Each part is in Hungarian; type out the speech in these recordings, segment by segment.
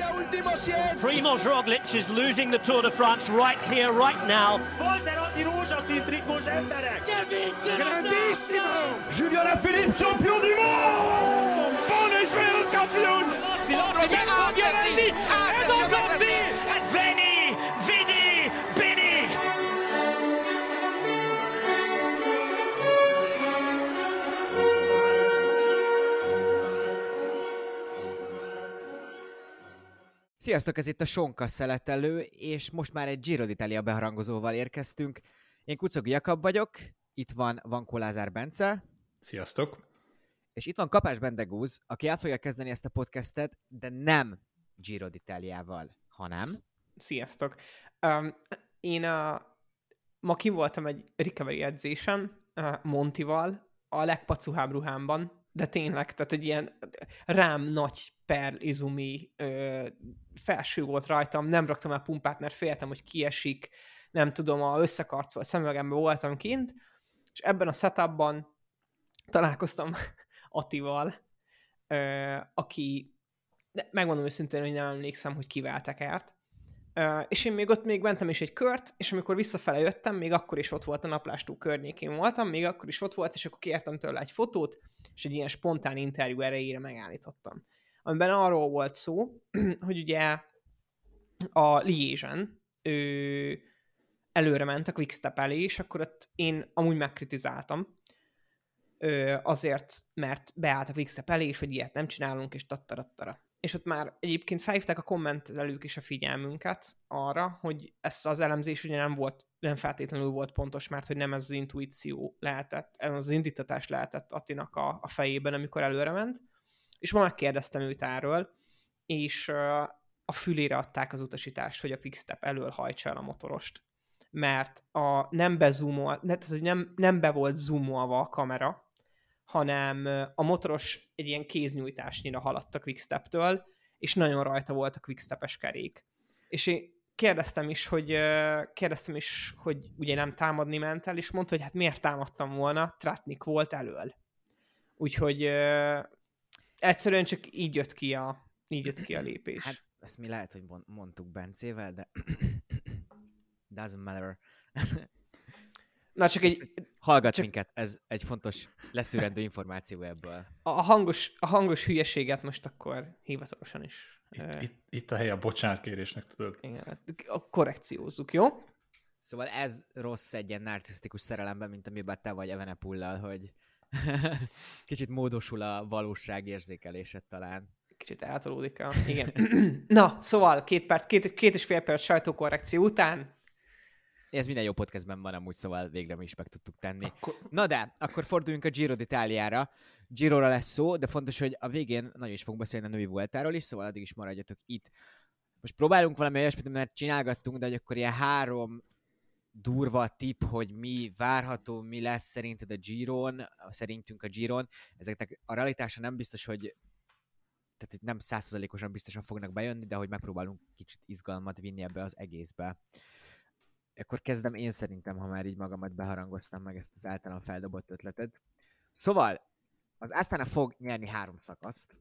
Primoz Roglic is losing the Tour de France right here, right now. Julien Alaphilippe, champion du monde! Buon Israel champion! Violandi, and Conti, and Veni, Vidi, Bini. Sziasztok, ez itt a Sonka szeletelő, és most már egy Giro d'Italia beharangozóval érkeztünk. Én Kucogi Jakab vagyok, itt van Vankó Lázár Bence. Sziasztok! És itt van Kapás Bendegúz, aki el fogja kezdeni ezt a podcastet, de nem Giro d'Italiával, hanem... Sziasztok! Én ma kim voltam egy recovery edzésen Montival, a legpacuhább ruhámban, de tényleg, tehát egy ilyen rám nagy perl izumi felső volt rajtam, nem raktam el pumpát, mert féltem, hogy kiesik, nem tudom, a összekarcolt szemüvegemben voltam kint, és ebben a setupban találkoztam Attival, aki, megmondom őszintén, hogy nem emlékszem, hogy kivel tekert, és én még ott mentem is egy kört, és amikor visszafele jöttem, még akkor is ott volt, a Naplástó környékén voltam, még akkor is ott volt, és akkor kértem tőle egy fotót, és egy ilyen spontán interjú erejére megállítottam. Amiben arról volt szó, hogy ugye a Liège-en előre ment a Quickstep elé, és akkor ott én amúgy megkritizáltam, azért, mert beállt a Quickstep elé, és hogy ilyet nem csinálunk, és tattarattara. És ott már egyébként felhívták a kommentelők is a figyelmünket arra, hogy ez az elemzés ugye nem feltétlenül volt pontos, mert hogy nem ez az intuíció lehetett, ez az indítatás lehetett Attinak a fejében, amikor előre ment. És ma megkérdeztem őt erről, és a fülére adták az utasítást, hogy a Quickstep elől hajtsa el a motorost. Mert nem be volt zoomolva a kamera, hanem a motoros egy ilyen kéznyújtásnyira haladt a Quickstep-től, és nagyon rajta volt a Quickstep-es kerék. És én kérdeztem is, hogy ugye nem támadni ment el, és mondta, hogy hát miért támadtam volna, Tratnik volt elől. Úgyhogy egyszerűen csak így jött ki a lépés. Hát ezt mi lehet, hogy mondtuk Bencével, de doesn't matter. Na, csak hallgat minket, ez egy fontos leszűrendő információ ebből. A hangos hülyeséget most akkor hivatalosan is. Itt a hely a bocsánatkérésnek, tudod? Igen, korrekciózzuk, jó? Szóval ez rossz egy ilyen narcisztikus szerelemben, mint amiben te vagy Evenepoellal, hogy kicsit módosul a valóság érzékelésed talán. Kicsit eltolódik igen. Na, szóval 2,5 perc sajtókorrekció után. Ez minden jó podcastben van amúgy, szóval végre mi is meg tudtuk tenni. Na de, akkor forduljunk a Giro d'Italiára. Girora lesz szó, de fontos, hogy a végén nagyon is fogunk beszélni a női Vueltáról is, szóval addig is maradjatok itt. Most próbálunk valami olyasmit, mert csinálgattunk, de hogy akkor ilyen 3 durva tipp, hogy mi várható, mi lesz szerinted a Giron, szerintünk a Giron. Ezeknek a realitása nem biztos, hogy tehát nem 100%-osan biztosan fognak bejönni, de hogy megpróbálunk kicsit izgalmat vinni ebbe az egészbe. Akkor kezdem én szerintem, ha már így magamat beharangoztam meg ezt az általán feldobott ötletet. Szóval, az Astana fog nyerni 3 szakaszt.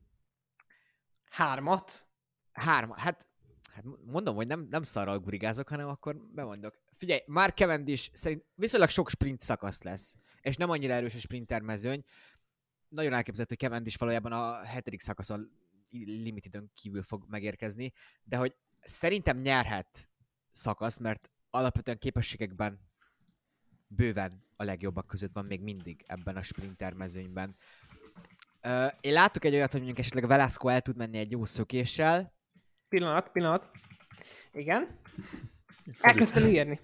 3? 3, hát mondom, hogy nem szarral gurigázok, hanem akkor bemondok. Figyelj, Mark Cavendish szerint viszonylag sok sprint szakasz lesz, és nem annyira erős a sprinter mezőny. Nagyon elképzelhető, hogy Cavendish valójában a 7. szakaszon limitedön kívül fog megérkezni, de hogy szerintem nyerhet szakaszt, mert alapvetően képességekben bőven a legjobbak között van még mindig ebben a sprinter mezőnyben. Én látok egy olyat, hogy mondjuk esetleg Velasco el tud menni egy jó szökéssel. Pillanat. Igen? Elkezdtem írni.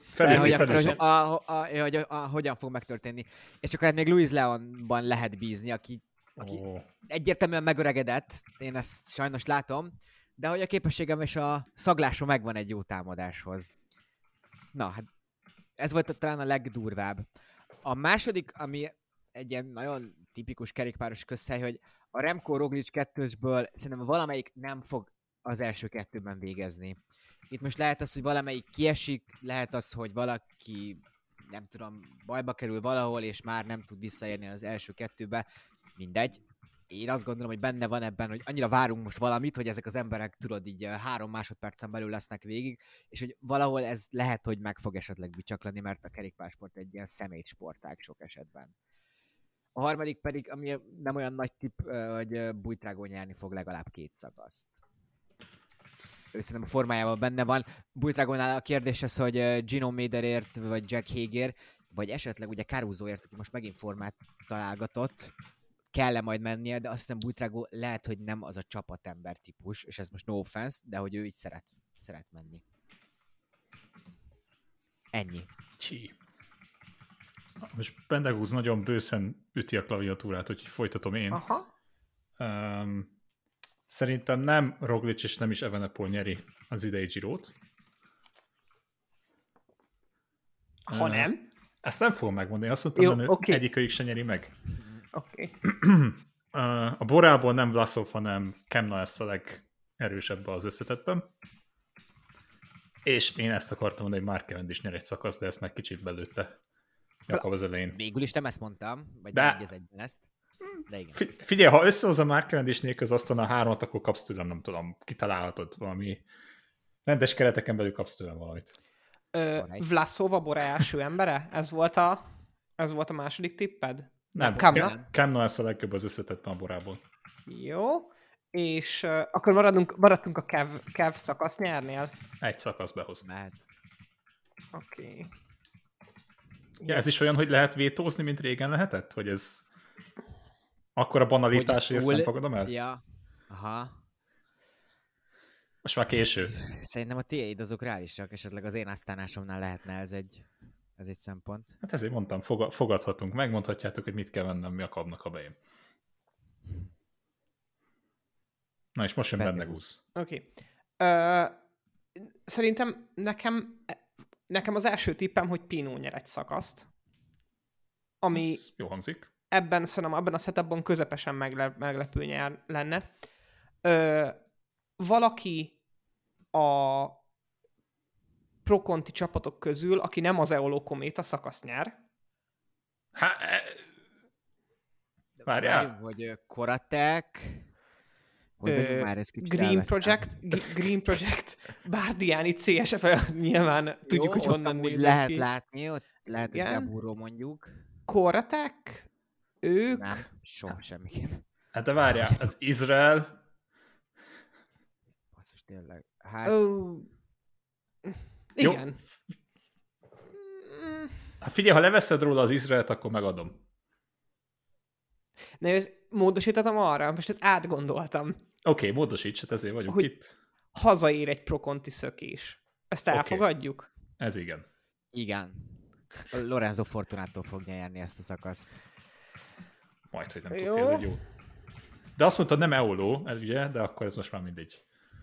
Hogyan fog megtörténni. És akkor hát még Luis Leonban lehet bízni, aki egyértelműen megöregedett, én ezt sajnos látom, de hogy a képességem és a szaglásom megvan egy jó támadáshoz. Na, hát ez volt talán a legdurvább. A második, ami egy ilyen nagyon tipikus kerékpáros közhely, hogy a Remco Roglic 2-ből szerintem valamelyik nem fog az első 2-ben végezni. Itt most lehet az, hogy valamelyik kiesik, lehet az, hogy valaki, nem tudom, bajba kerül valahol, és már nem tud visszaérni az első 2-be. Mindegy. én azt gondolom, hogy benne van ebben, hogy annyira várunk most valamit, hogy ezek az emberek, tudod, így 3 másodpercen belül lesznek végig, és hogy valahol ez lehet, hogy meg fog esetleg bicsaklani, mert a kerékpársport egy ilyen szemétsportág sok esetben. A harmadik pedig, ami nem olyan nagy tipp, hogy Buitrago nyerni fog legalább 2 szakaszt. Ő szerintem a formájában benne van. Buitragónál a kérdés az, hogy Gino Mederért, vagy Jack Hager, vagy esetleg ugye Carusoért, aki most megint formát találgatott, kell-e majd mennie, de azt hiszem Buitrago lehet, hogy nem az a csapatember típus, és ez most no offense, de hogy ő így szeret menni. Ennyi. Most Bendegúz nagyon bőszen üti a klaviatúrát, úgyhogy folytatom én. Aha. Szerintem nem Roglic és nem is Evenepoel nyeri az idei Girót. Ha nem? Ezt nem fogom megmondani, azt mondtam, hogy okay. egyikőjük se nyeri meg. Oké. A Borából nem Vlasov, hanem Kemna lesz a legerősebb az összetettben. És én ezt akartam mondani, hogy Mark Cavendish nyer egy szakasz, de ezt meg kicsit belőtte Jakab az elején. Végül is nem ezt mondtam, vagy de... nem egyben ezt. De igen. Figyelj, ha összehozza Mark Cavendish nélkül aztán a 3-at, akkor kapsz tőlem, nem tudom, kitalálhatod valami rendes kereteken belül kapsz tőlem valamit. Vlasov a Bora első embere? Ez volt a második tipped? Nem, Kemna lesz a legjobb az összetettben a Borából. Jó, és akkor maradtunk a Kev szakasznyernél? Egy szakasz behoz. Mehet. Oké. Ja, ez is olyan, hogy lehet vétózni, mint régen lehetett? Hogy ez akkora banalitás, hogy ezt nem fogadom el? Ja. Aha. Most már késő. Szerintem a tiéd azok reálisak, esetleg az én asztánásomnál lehetne ez egy szempont. Hát ezért mondtam, fogadhatunk. Megmondhatjátok, hogy mit kell vennem Jakabnak, ha bejön. Na és most jön Bendegúz. Oké. Szerintem nekem az első tippem, hogy Pinot nyer egy szakaszt. Ami ez jó hangzik. Ebben a setupban közepesen meglepő nyár lenne. Valaki a pro-conti csapatok közül, aki nem az Eolo Kométa szakasz nyer. Várjál. Hogy Koratek... Green Project, Bardiani, CSF, nyilván tudjuk, hogy honnan néznek lehet ki. látni, ott lehet, hogy Gaburro mondjuk. Koratek, ők... Nem, semmi. Hát de várjál, az Izrael... Basszus, tényleg. Hát... Igen. Hát figyelj, ha leveszed róla az Izraelt, akkor megadom. Ne, módosítottam arra, most ezt átgondoltam. Oké, módosíts, hát ezért vagyunk itt. Hazaér egy pro-conti szökés. Ezt elfogadjuk? Ez igen. Igen. Lorenzo Fortunától fog nyerni ezt a szakaszt. Majd, hogy nem tudja, ez egy jó. De azt mondtad, nem Eolo, ugye, de akkor ez most már mindegy.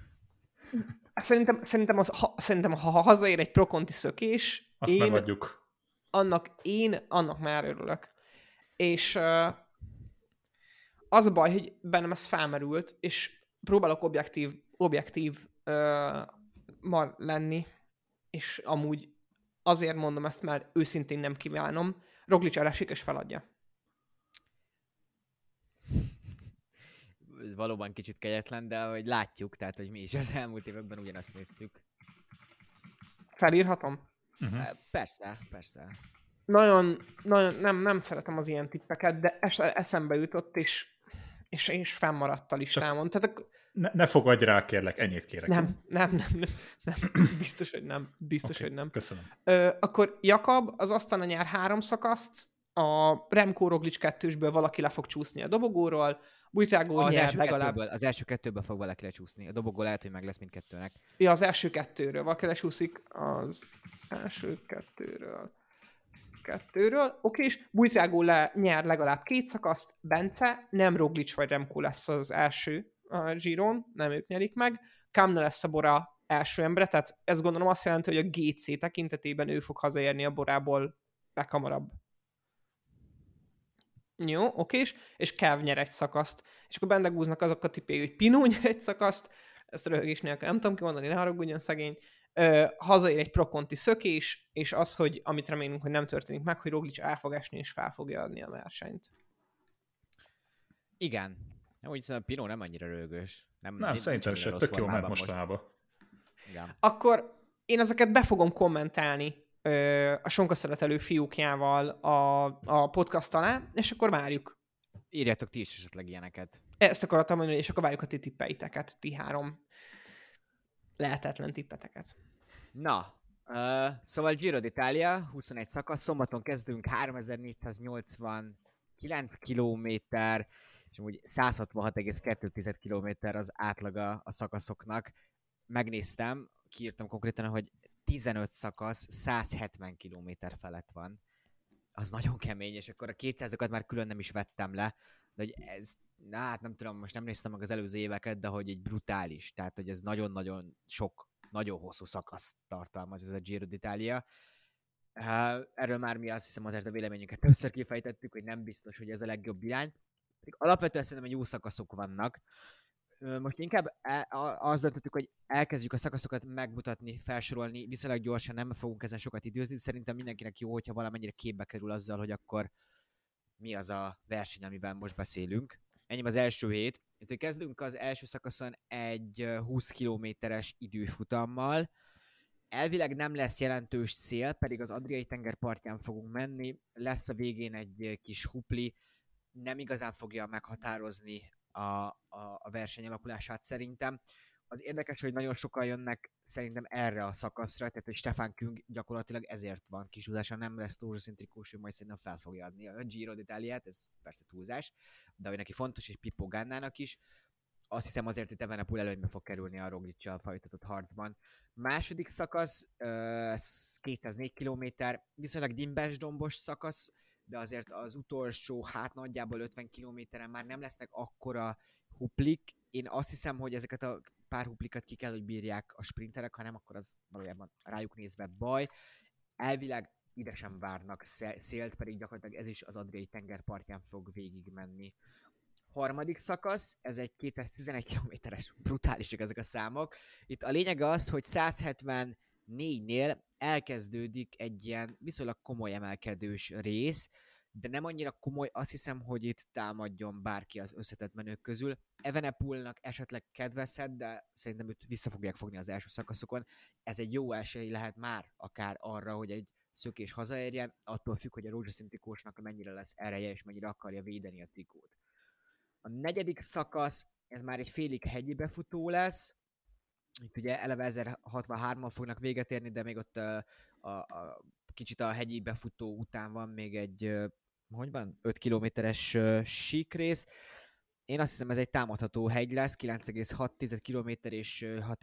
Szerintem ha hazaér egy pro-conti szökés, azt megadjuk. Annak már örülök. És az a baj, hogy bennem ez felmerült, és próbálok objektív lenni, és amúgy azért mondom ezt, mert őszintén nem kívánom. Roglic elesik és feladja. Ez valóban kicsit kegyetlen, de hogy látjuk, tehát hogy mi is az elmúlt években ugyanazt néztük. Felírhatom? Persze. Nagyon nem szeretem az ilyen tippeket, de eszembe jutott, és fennmaradt a listámon. Tehát ne fogadj rá, kérlek, ennyit kérek. Nem. Biztos, hogy nem. Köszönöm. Akkor Jakab az asztana nyár 3 szakaszt, a Remco Roglic 2-sből valaki le fog csúszni a dobogóról, Buitrago nyer legalább... Az első kettőből fog valaki lecsúszni. A dobogó lehet, hogy meg lesz mindkettőnek. Ja, az első kettőről. Valaki lecsúszik az első kettőről. Oké, és Buitrago nyer legalább 2 szakaszt, Bence, nem Roglic vagy Remco lesz az első a Giron, nem ők nyerik meg. Kemna lesz a Bora első embere, tehát ez gondolom azt jelenti, hogy a GC tekintetében ő fog hazaérni a Borából leghamarabb. Jó, okés, és Kev nyer egy szakaszt. És akkor Bendegúznak azok a tippéi, hogy Pinot nyer egy szakaszt, ezt röhögés nélkül nem tudom kimondani, ne haragudjon szegény. Hazaér egy pro-conti szökés, és az, hogy amit remélünk, hogy nem történik meg, hogy Roglic el fog esni, és fel fogja adni a versenyt. Igen. Úgy szerintem a Pinot nem annyira rögős. Nem, szerintem annyira se, rossz tök jó ment formában mostanában. Igen. Akkor én ezeket be fogom kommentálni a sonka szeretelő fiúkjával a podcast alá, és akkor várjuk. Írjátok ti is esetleg ilyeneket. Ezt akartam mondani, és akkor várjuk a ti tippeiteket, ti 3 lehetetlen tippeteket. Na, szóval Giro d'Italia, 21 szakasz, szombaton kezdünk, 3489 kilométer, és amúgy 166,2 kilométer az átlaga a szakaszoknak. Megnéztem, kiírtam konkrétan, hogy 15 szakasz 170 kilométer felett van. Az nagyon kemény, és akkor a 200-okat már külön nem is vettem le, de hogy ez, hát nem tudom, most nem néztem meg az előző éveket, de hogy egy brutális, tehát hogy ez nagyon-nagyon sok, nagyon hosszú szakaszt tartalmaz ez a Giro d'Italia. Erről már mi azt hiszem azért a véleményünket többször kifejtettük, hogy nem biztos, hogy ez a legjobb irány. Alapvetően szerintem jó szakaszok vannak. Most inkább azt döntöttük, hogy elkezdjük a szakaszokat megmutatni, felsorolni, viszonylag gyorsan, nem fogunk ezen sokat időzni, szerintem mindenkinek jó, hogyha valamennyire képbe kerül azzal, hogy akkor mi az a verseny, amivel most beszélünk. Ennyi az első hét. Itt kezdünk az első szakaszon egy 20 kilométeres időfutammal. Elvileg nem lesz jelentős szél, pedig az Adriai tenger partján fogunk menni. Lesz a végén egy kis hupli, nem igazán fogja meghatározni a verseny alakulását szerintem. Az érdekes, hogy nagyon sokan jönnek szerintem erre a szakaszra, tehát hogy Stefan Küng gyakorlatilag ezért van kisúzása, nem lesz rózsaszíntrikós, ő majd szerintem fel fogja adni a Giro d'Italiát, ez persze túlzás, de hogy neki fontos, és Pippo Gannának is. Azt hiszem azért, hogy Evenepoel előnybe fog kerülni a Roglic-sal folytatott harcban. Második szakasz, 204 km, viszonylag dimbes-dombos szakasz, de azért az utolsó, hát nagyjából 50 kilométeren már nem lesznek akkora huplik. Én azt hiszem, hogy ezeket a pár huplikat ki kell, hogy bírják a sprinterek, ha nem, akkor az valójában rájuk nézve baj. Elvileg ide sem várnak szélt, pedig gyakorlatilag ez is az Adriai tenger partján fog végigmenni. Harmadik szakasz, ez egy 211 kilométeres, brutálisak ezek a számok. Itt a lényeg az, hogy 174-nél elkezdődik egy ilyen viszonylag komoly emelkedős rész, de nem annyira komoly, azt hiszem, hogy itt támadjon bárki az összetett menők közül. Evenepoelnak esetleg kedvezhet, de szerintem őt vissza fogják fogni az első szakaszokon. Ez egy jó esély lehet már akár arra, hogy egy szökés hazaérjen, attól függ, hogy a rózsaszín trikósnak mennyire lesz ereje, és mennyire akarja védeni a trikót. A negyedik szakasz, ez már egy félig hegyi befutó lesz. Itt ugye eleve 1063-mal fognak véget érni, de még ott kicsit a hegyi befutó után van még egy, 5 kilométeres síkrész. Én azt hiszem, ez egy támadható hegy lesz, 9,6 km és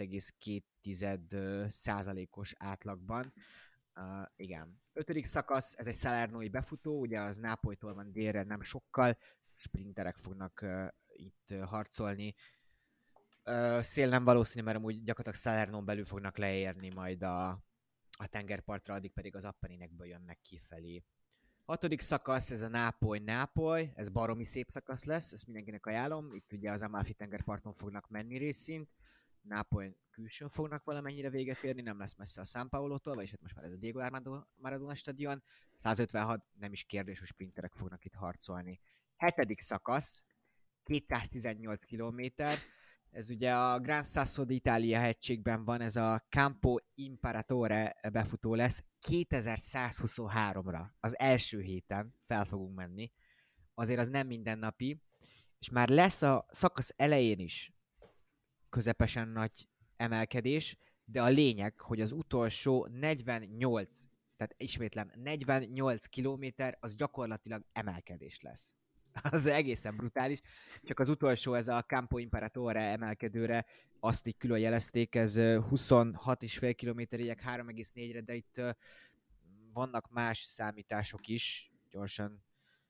6,2 százalékos átlagban. Igen. Ötödik szakasz, ez egy Salernói befutó, ugye az Nápolytól van délre, nem sokkal. Sprinterek fognak itt harcolni. Szél nem valószínű, mert amúgy gyakorlatilag Salernón belül fognak leérni majd a tengerpartra, addig pedig az Appenninekből jönnek kifelé. Hatodik szakasz, ez a Nápoly, ez baromi szép szakasz lesz, ezt mindenkinek ajánlom. Itt ugye az Amalfi tengerparton fognak menni részint. Nápoly külsőn fognak valamennyire véget érni, nem lesz messze a São Paulo-tól, vagyis hát most már ez a Diego Armando Maradona stadion. 156, nem is kérdés, hogy sprinterek fognak itt harcolni. Hetedik szakasz, 218 kilométer, ez ugye a Gran Sasso d'Italia hegységben van, ez a Campo Imperatore befutó lesz, 2123-ra, az első héten fel fogunk menni, azért az nem mindennapi, és már lesz a szakasz elején is közepesen nagy emelkedés, de a lényeg, hogy az utolsó 48, tehát ismétlem, 48 kilométer, az gyakorlatilag emelkedés lesz. Az egészen brutális, csak az utolsó, ez a Campo Imperatore emelkedőre, azt így külön jelezték, ez 26,5 kilométerig, 3,4-re, de itt vannak más számítások is, gyorsan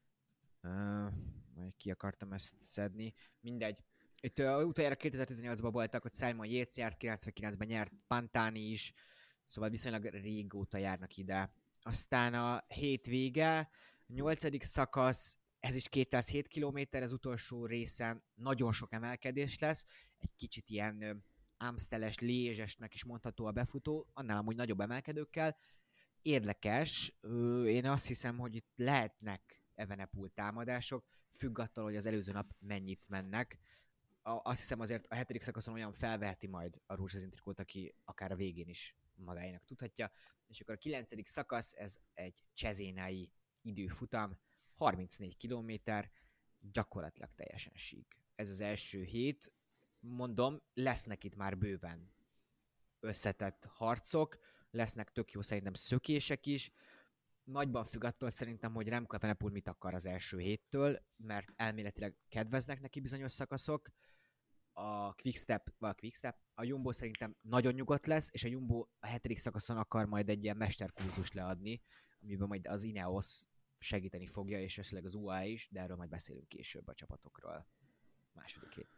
majd ki akartam ezt szedni, mindegy. Itt utoljára 2018-ban voltak, hogy Simon Yates járt, 99-ben nyert, Pantani is, szóval viszonylag régóta járnak ide. Aztán a hét vége, 8. szakasz, ez is 207 km, az utolsó részen nagyon sok emelkedés lesz, egy kicsit ilyen Amsteles, Liège-esnek is mondható a befutó, annál amúgy nagyobb emelkedőkkel. Érdekes, én azt hiszem, hogy itt lehetnek Evenepoel támadások, függ attól, hogy az előző nap mennyit mennek. Azt hiszem azért a 7. szakaszon olyan felveheti majd a rózsaszín trikót, aki akár a végén is magáénak tudhatja. És akkor a 9. szakasz, ez egy csezénái időfutam, 34 kilométer, gyakorlatilag teljesen sík. Ez az első hét, mondom, lesznek itt már bőven összetett harcok, lesznek tök jó szerintem szökések is, nagyban függ attól szerintem, hogy Remco Evenepoel mit akar az első héttől, mert elméletileg kedveznek neki bizonyos szakaszok, a Quickstep, a Jumbo szerintem nagyon nyugodt lesz, és a Jumbo a 7. szakaszon akar majd egy ilyen mesterkurzust leadni, amiben majd az Ineos segíteni fogja, és esetleg az UAE is, de erről majd beszélünk később a csapatokról. Második hét.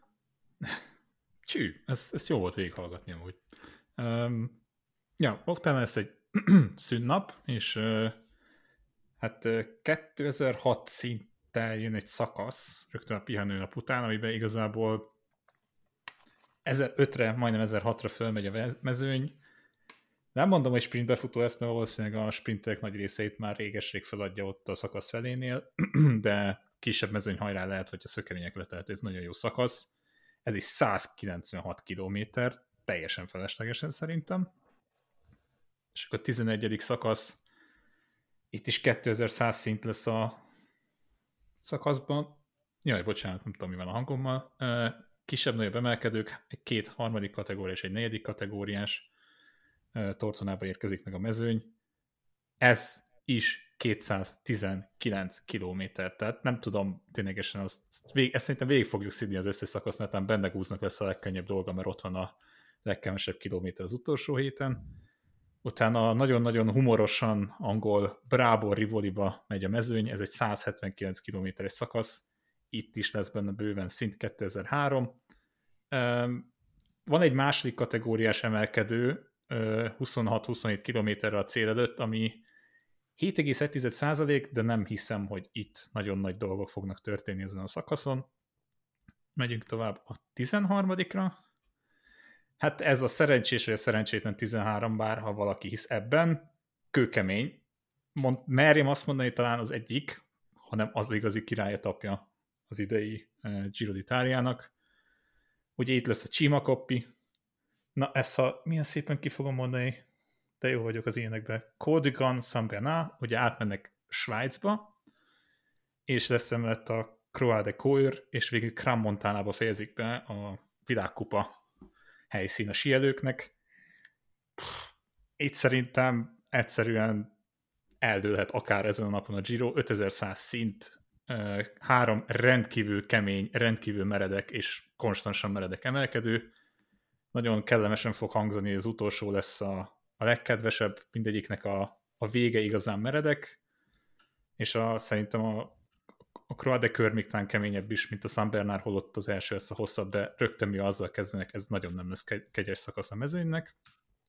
Ezt jó volt végighallgatni amúgy. Utána lesz egy szünnap, és hát 2006 szinttel jön egy szakasz, rögtön a pihenőnap után, amiben igazából 1005-re, majdnem 1006-ra fölmegy a mezőny. Nem mondom, hogy sprint befutó lesz, mert valószínűleg a sprinterek nagy részeit már réges-rég feladja ott a szakasz felénél, de kisebb mezőny hajrá lehet, vagy a szökemények le, tehát ez nagyon jó szakasz. Ez is 196 kilométer, teljesen feleslegesen szerintem. És akkor a 11. szakasz, itt is 2100 szint lesz a szakaszban. Jaj, bocsánat, nem tudom, mi van a hangommal. Kisebb-nagyobb emelkedők, egy 2 harmadik kategória és egy 4. kategóriás tortonába érkezik meg a mezőny. Ez is 219 kilométer, tehát nem tudom ténylegesen, ezt szerintem végig fogjuk szidni az összes szakaszt, netán Bendegúznak lesz a legkönnyebb dolga, mert ott van a legkevesebb kilométer az utolsó héten. Utána nagyon-nagyon humorosan angol Brabor-Rivoliba megy a mezőny, ez egy 179 kilométeres szakasz, itt is lesz benne bőven szint 2003. Van egy második kategóriás emelkedő, 26-27 kilométerre a cél előtt, ami 7,1%, de nem hiszem, hogy itt nagyon nagy dolgok fognak történni ezen a szakaszon. Megyünk tovább a 13-ra. Hát ez a szerencsés vagy a szerencsétlen 13, bár ha valaki hisz ebben, kőkemény. Merjem azt mondani, talán az egyik, hanem az igazi királyetapja az idei Giro d'Italiának. Ugye itt lesz a Cima Coppi. Na ezt milyen szépen ki fogom mondani, de jó vagyok az ilyenekben. Codigan Saint-Bernard, ugye átmennek Svájcba, és lesz emellett a Croix de Coeur, és végül Crans-Montanába fejezik be a világkupa helyszín a síelőknek. Itt szerintem egyszerűen eldőlhet akár ezen a napon a Giro, 5100 szint, 3 rendkívül kemény, rendkívül meredek és konstansan meredek emelkedő. Nagyon kellemesen fog hangzani, az utolsó lesz a legkedvesebb, mindegyiknek a vége igazán meredek, és szerintem a Croix de Coeur még talán keményebb is, mint a Saint-Bernard, holott az első lesz a hosszabb, de rögtön mi azzal kezdenek, ez nagyon nem lesz kegyes szakasz a mezőnynek.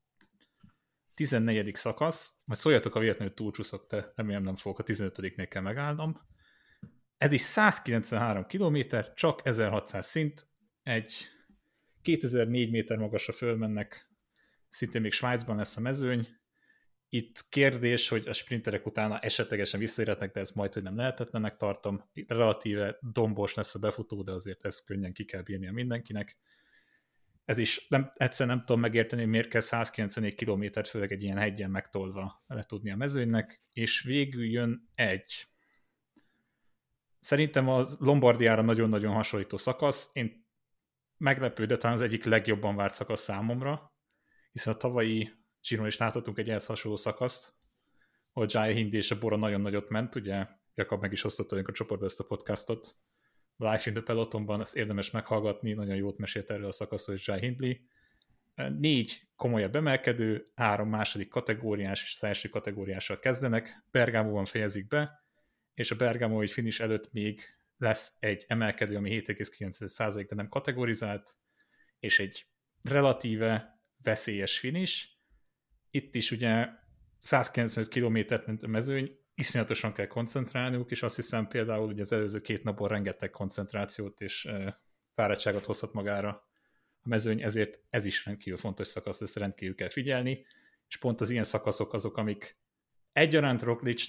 14. szakasz, majd szóljatok, a véletlenül túlcsúszok, de remélem nem fogok a 15-nél kell megállnom. Ez is 193 kilométer, csak 1600 szint, egy 2004 méter magasra fölmennek, szintén még Svájcban lesz a mezőny. Itt kérdés, hogy a sprinterek utána esetlegesen visszaérhetnek, de ezt majd, hogy nem lehetetlennek tartom. Relatíve dombos lesz a befutó, de azért ezt könnyen ki kell bírnia mindenkinek. Ez is egyszerűen nem tudom megérteni, hogy miért kell 194 kilométert, főleg egy ilyen hegyen megtolva letudni a mezőnynek, és végül jön egy. Szerintem a Lombardiára nagyon-nagyon hasonlító szakasz. Én meglepő, de talán az egyik legjobban várt szakasz számomra, hiszen a tavalyi Giron is láthatunk egy ehhez hasonló szakaszt, ahol Jai Hindley és a Bora nagyon nagyot ment, ugye Jakab meg is osztottunk a csoportba ezt a podcastot. Life in the Pelotonban, ezt érdemes meghallgatni, nagyon jót mesélt erről a szakaszról Jai Hindley. 4 komolyabb emelkedő, 3 második kategóriás és az első kategóriással kezdenek, Bergamóban fejezik be, és a Bergamói finish előtt még lesz egy emelkedő, ami 7,9%, de nem kategorizált, és egy relatíve veszélyes finish. Itt is ugye 195 kilométert ment a mezőny, iszonyatosan kell koncentrálniuk, és azt hiszem például ugye az előző 2 napon rengeteg koncentrációt és fáradtságot hozhat magára a mezőny, ezért ez is rendkívül fontos szakasz, ezt rendkívül kell figyelni, és pont az ilyen szakaszok azok, amik egyaránt Roglicnak,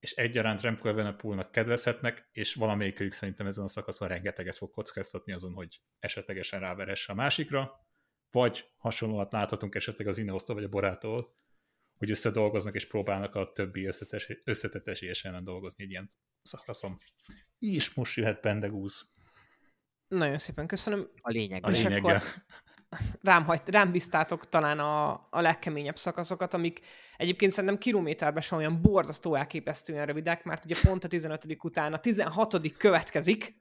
és egyaránt Remco Evenepoelnak kedvezhetnek, és valamelyikőjük szerintem ezen a szakaszon rengeteget fog kockáztatni azon, hogy esetlegesen ráveresse a másikra, vagy hasonlóan láthatunk esetleg az Ineostól vagy a Borától, hogy összedolgoznak és próbálnak a többi összetett esélyes ellen dolgozni egy ilyen szakaszon. És most jöhet Bendegúz. Nagyon szépen köszönöm. A lényeg. A lényeggel. Rám bíztátok talán a legkeményebb szakaszokat, amik egyébként szerintem kilométerben sem olyan borzasztó elképesztően rövidek, mert ugye pont a 15. után a 16. következik,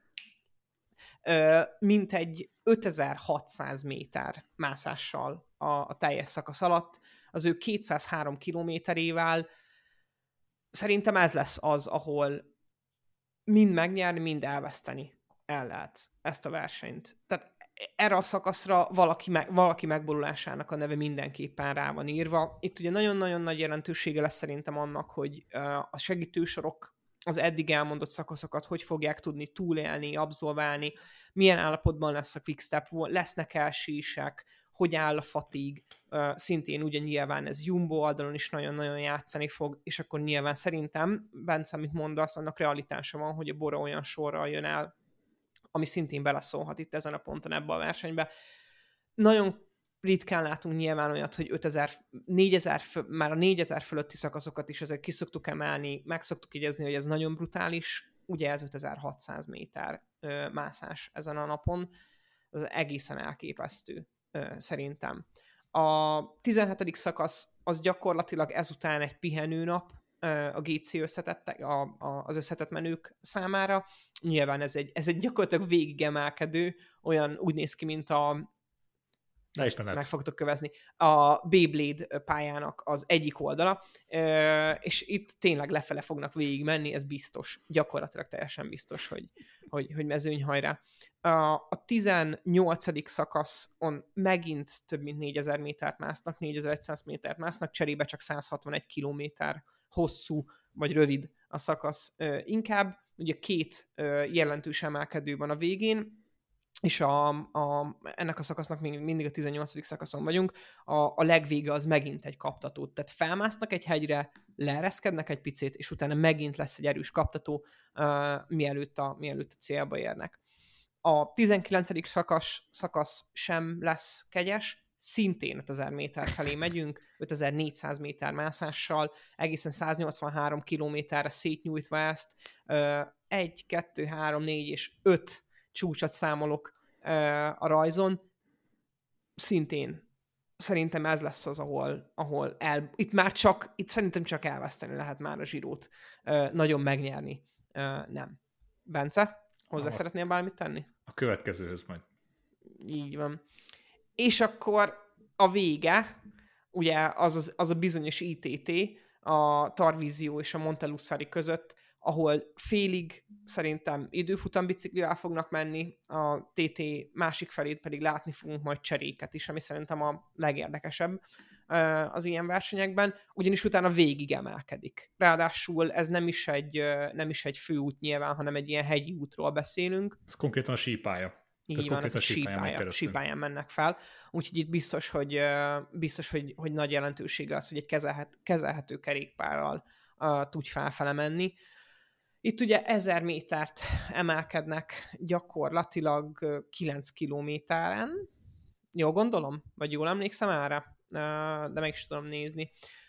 mint egy 5600 méter mászással a teljes szakasz alatt, az ő 203 kilométerével. Szerintem ez lesz az, ahol mind megnyerni, mind elveszteni el lehet ezt a versenyt. Tehát erre a szakaszra valaki megborulásának a neve mindenképpen rá van írva. Itt ugye nagyon-nagyon nagy jelentősége lesz szerintem annak, hogy a segítősorok az eddig elmondott szakaszokat hogy fogják tudni túlélni, abszolválni, milyen állapotban lesz a quickstep, lesznek elsések, hogy áll a fatig, szintén ugye nyilván ez Jumbo oldalon is nagyon-nagyon játszani fog, és akkor nyilván szerintem, Bence, amit mondasz, annak realitása van, hogy a Bora olyan sorral jön el, ami szintén beleszólhat itt ezen a ponton ebbe a versenybe. Nagyon ritkán látunk nyilván olyat, hogy 4000, már a 4000 fölötti szakaszokat is ezek ki szoktuk emelni, meg szoktuk jegyezni, hogy ez nagyon brutális, ugye ez 5600 méter mászás ezen a napon, ez egészen elképesztő szerintem. A 17. szakasz az gyakorlatilag ezután egy pihenőnap a GC az összetett menők számára. Nyilván ez egy gyakorlatilag végigemelkedő, olyan úgy néz ki, mint meg fogtok kövezni, a Beyblade pályának az egyik oldala, és itt tényleg lefele fognak végig menni, ez biztos, gyakorlatilag teljesen biztos, hogy mezőny hajrá. A 18. szakaszon megint több mint 4000 métert másznak, 4100 métert másznak, cserébe csak 161 kilométer hosszú, vagy rövid a szakasz inkább. Ugye két jelentős emelkedő van a végén, és ennek a szakasznak mindig a 18. szakaszon vagyunk, a legvége az megint egy kaptató. Tehát felmásznak egy hegyre, leereszkednek egy picit, és utána megint lesz egy erős kaptató, mielőtt a célba érnek. A 19. szakasz sem lesz kegyes, szintén 5000 méter felé megyünk, 5400 méter mászással, egészen 183 kilométerre szétnyújtva ezt, 1, 2, 3, 4 és 5 csúcsot számolok a rajzon. Szintén szerintem ez lesz az, ahol itt szerintem csak elveszteni lehet már a Girót. Nagyon megnyerni nem. Bence, hozzá szeretnél bármit tenni? A következőhöz majd. Így van. És akkor a vége, ugye az a bizonyos ITT, a Tarvisio és a Montelussari között, ahol félig szerintem időfutam biciklivel fognak menni, a TT másik felét pedig látni fogunk majd cseréket is, ami szerintem a legérdekesebb az ilyen versenyekben, ugyanis utána végig emelkedik. Ráadásul ez nem is egy főút nyilván, hanem egy ilyen hegyi útról beszélünk. Ez konkrétan a sípálya. Így van, ez a sípályán mennek fel. Úgyhogy itt biztos, hogy nagy jelentősége az, hogy egy kezelhető kerékpárral tudj felfele menni. Itt ugye 1000 métert emelkednek gyakorlatilag 9 kilométeren. Jól gondolom? Vagy jól emlékszem erre? De meg is tudom nézni.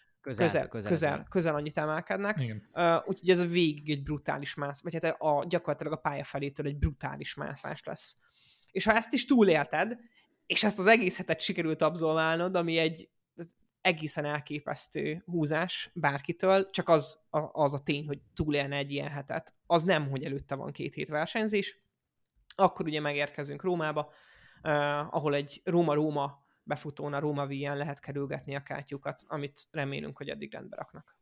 Közel annyit emelkednek. Úgyhogy ez a végig egy brutális mászás, vagy hát gyakorlatilag a pálya felétől egy brutális mászás lesz. És ha ezt is túlélted, és ezt az egész hetet sikerült abszolválnod, ami egy egészen elképesztő húzás bárkitől, csak az a tény, hogy túlélne egy ilyen hetet, az nem, hogy előtte van 2 hét versenyzés, akkor ugye megérkezünk Rómába, ahol egy Róma-Róma befutón a Róma víján lehet kerülgetni a kátyukat, amit remélünk, hogy eddig rendbe raknak.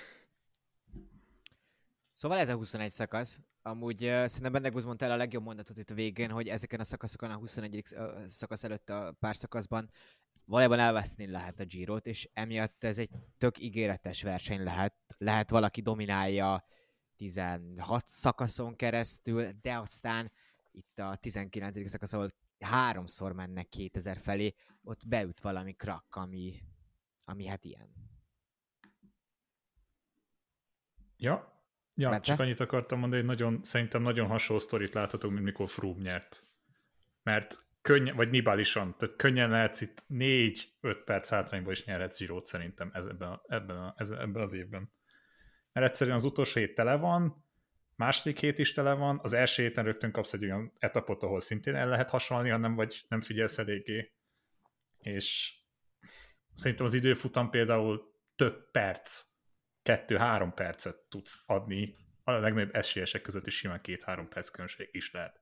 Szóval ez a 21 szakasz. Amúgy szerintem Bendegúz mondta el a legjobb mondatot itt a végén, hogy ezeken a szakaszokon, a 21. szakasz előtt a pár szakaszban valójában elveszteni lehet a Girot, és emiatt ez egy tök ígéretes verseny lehet. Lehet valaki dominálja 16 szakaszon keresztül, de aztán itt a 19. szakasz, ahol 3-szor mennek 2000 felé, ott beüt valami krak, ami hát ilyen. Ja, Ja, Bence? csak annyit akartam mondani, hogy szerintem nagyon hasonló sztorit láthatunk, mint mikor Froome nyert. Mert könnyen, vagy Nibalisan, tehát könnyen lehetsz itt 4-5 perc hátrányban is nyerhetsz Girót szerintem ebben az évben. Mert egyszerűen az utolsó hét tele van, második hét is tele van, az első héten rögtön kapsz egy olyan etapot, ahol szintén el lehet hasonlni, hanem vagy nem figyelsz eléggé. És szerintem az időfutam például több perc, 2-3 percet tudsz adni, a legnagyobb esélyesek között is simán 2-3 perc különbség is lehet.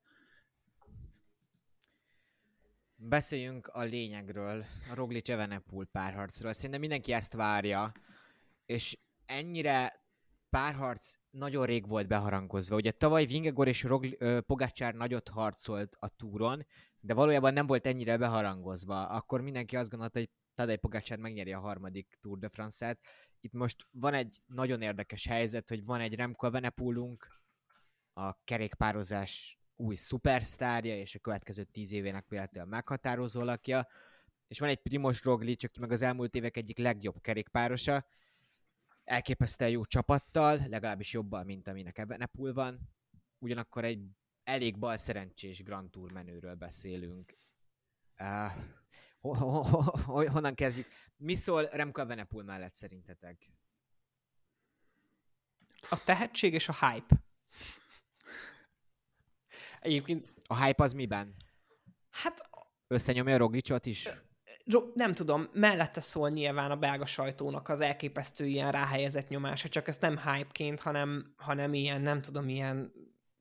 Beszéljünk a lényegről, a Roglic Evenepoel párharcról. Szerintem mindenki ezt várja, és ennyire párharc nagyon rég volt beharangozva. Ugye tavaly Vingegaard és Pogačar nagyot harcolt a túron, de valójában nem volt ennyire beharangozva. Akkor mindenki azt gondolta, hogy Tadej Pogačar megnyeri a harmadik Tour de France-et. Itt most van egy nagyon érdekes helyzet, hogy van egy Remco Evenepoelunk, a kerékpározás új szupersztárja, és a következő 10 évének véletlenül meghatározó lakja, és van egy Primož Roglič, aki meg az elmúlt évek egyik legjobb kerékpárosa, elképesztően jó csapattal, legalábbis jobban, mint aminek Evenepoel van, ugyanakkor egy elég balszerencsés Grand Tour menőről beszélünk. Honnan kezdjük? Mi szól Remco Evenepoel mellett szerintetek? A tehetség és a hype. Egyébként... A hype az miben? Hát... Összenyomja a Roglicot is? Nem tudom, mellette szól nyilván a belga sajtónak az elképesztő ilyen ráhelyezett nyomása, csak ezt nem hype-ként, hanem ilyen, nem tudom, ilyen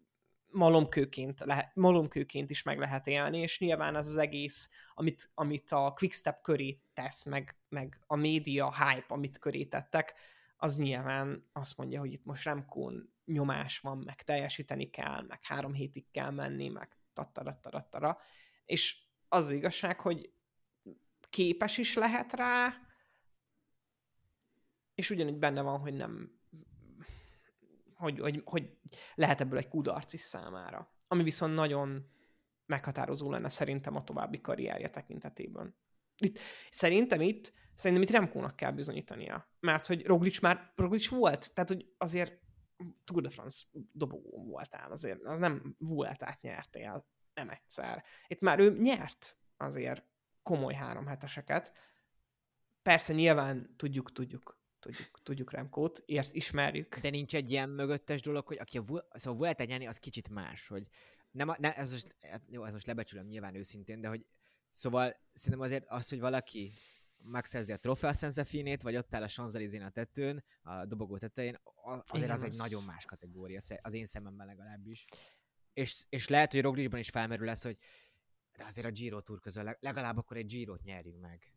malomkőként is meg lehet élni, és nyilván az egész, amit a Quickstep köré tesz, meg a média hype, amit köré tettek, az nyilván azt mondja, hogy itt most Remcón nyomás van, meg teljesíteni kell, meg 3 hétig kell menni, meg tattarattarattara, és az igazság, hogy képes is lehet rá, és ugyanígy benne van, hogy nem, hogy lehet ebből egy kudarc is számára. Ami viszont nagyon meghatározó lenne szerintem a további karrierje tekintetében. Szerintem itt Remcónak kell bizonyítania. Mert hogy Roglic volt, tehát hogy azért Tour de France dobogón voltál, azért az nem Vueltát nyertél, nem egyszer. Itt már ő nyert azért komoly 3 heteseket. Persze nyilván tudjuk Remcót, ismerjük. De nincs egy ilyen mögöttes dolog, hogy aki szóval Vueltát nyerni, az kicsit más, hogy nem ez most lebecsülöm nyilván őszintén, de hogy szóval szerintem azért az, hogy valaki megszerzi a Trofeo Saint-Zéphinét, vagy ott áll a Champs-Élysées a tetőn, a dobogó tetején, azért az egy nagyon más kategória, az én szememben legalábbis. És lehet, hogy Roglicban is felmerül lesz, hogy de azért a Giro Tour közül legalább akkor egy Girot nyerjünk meg.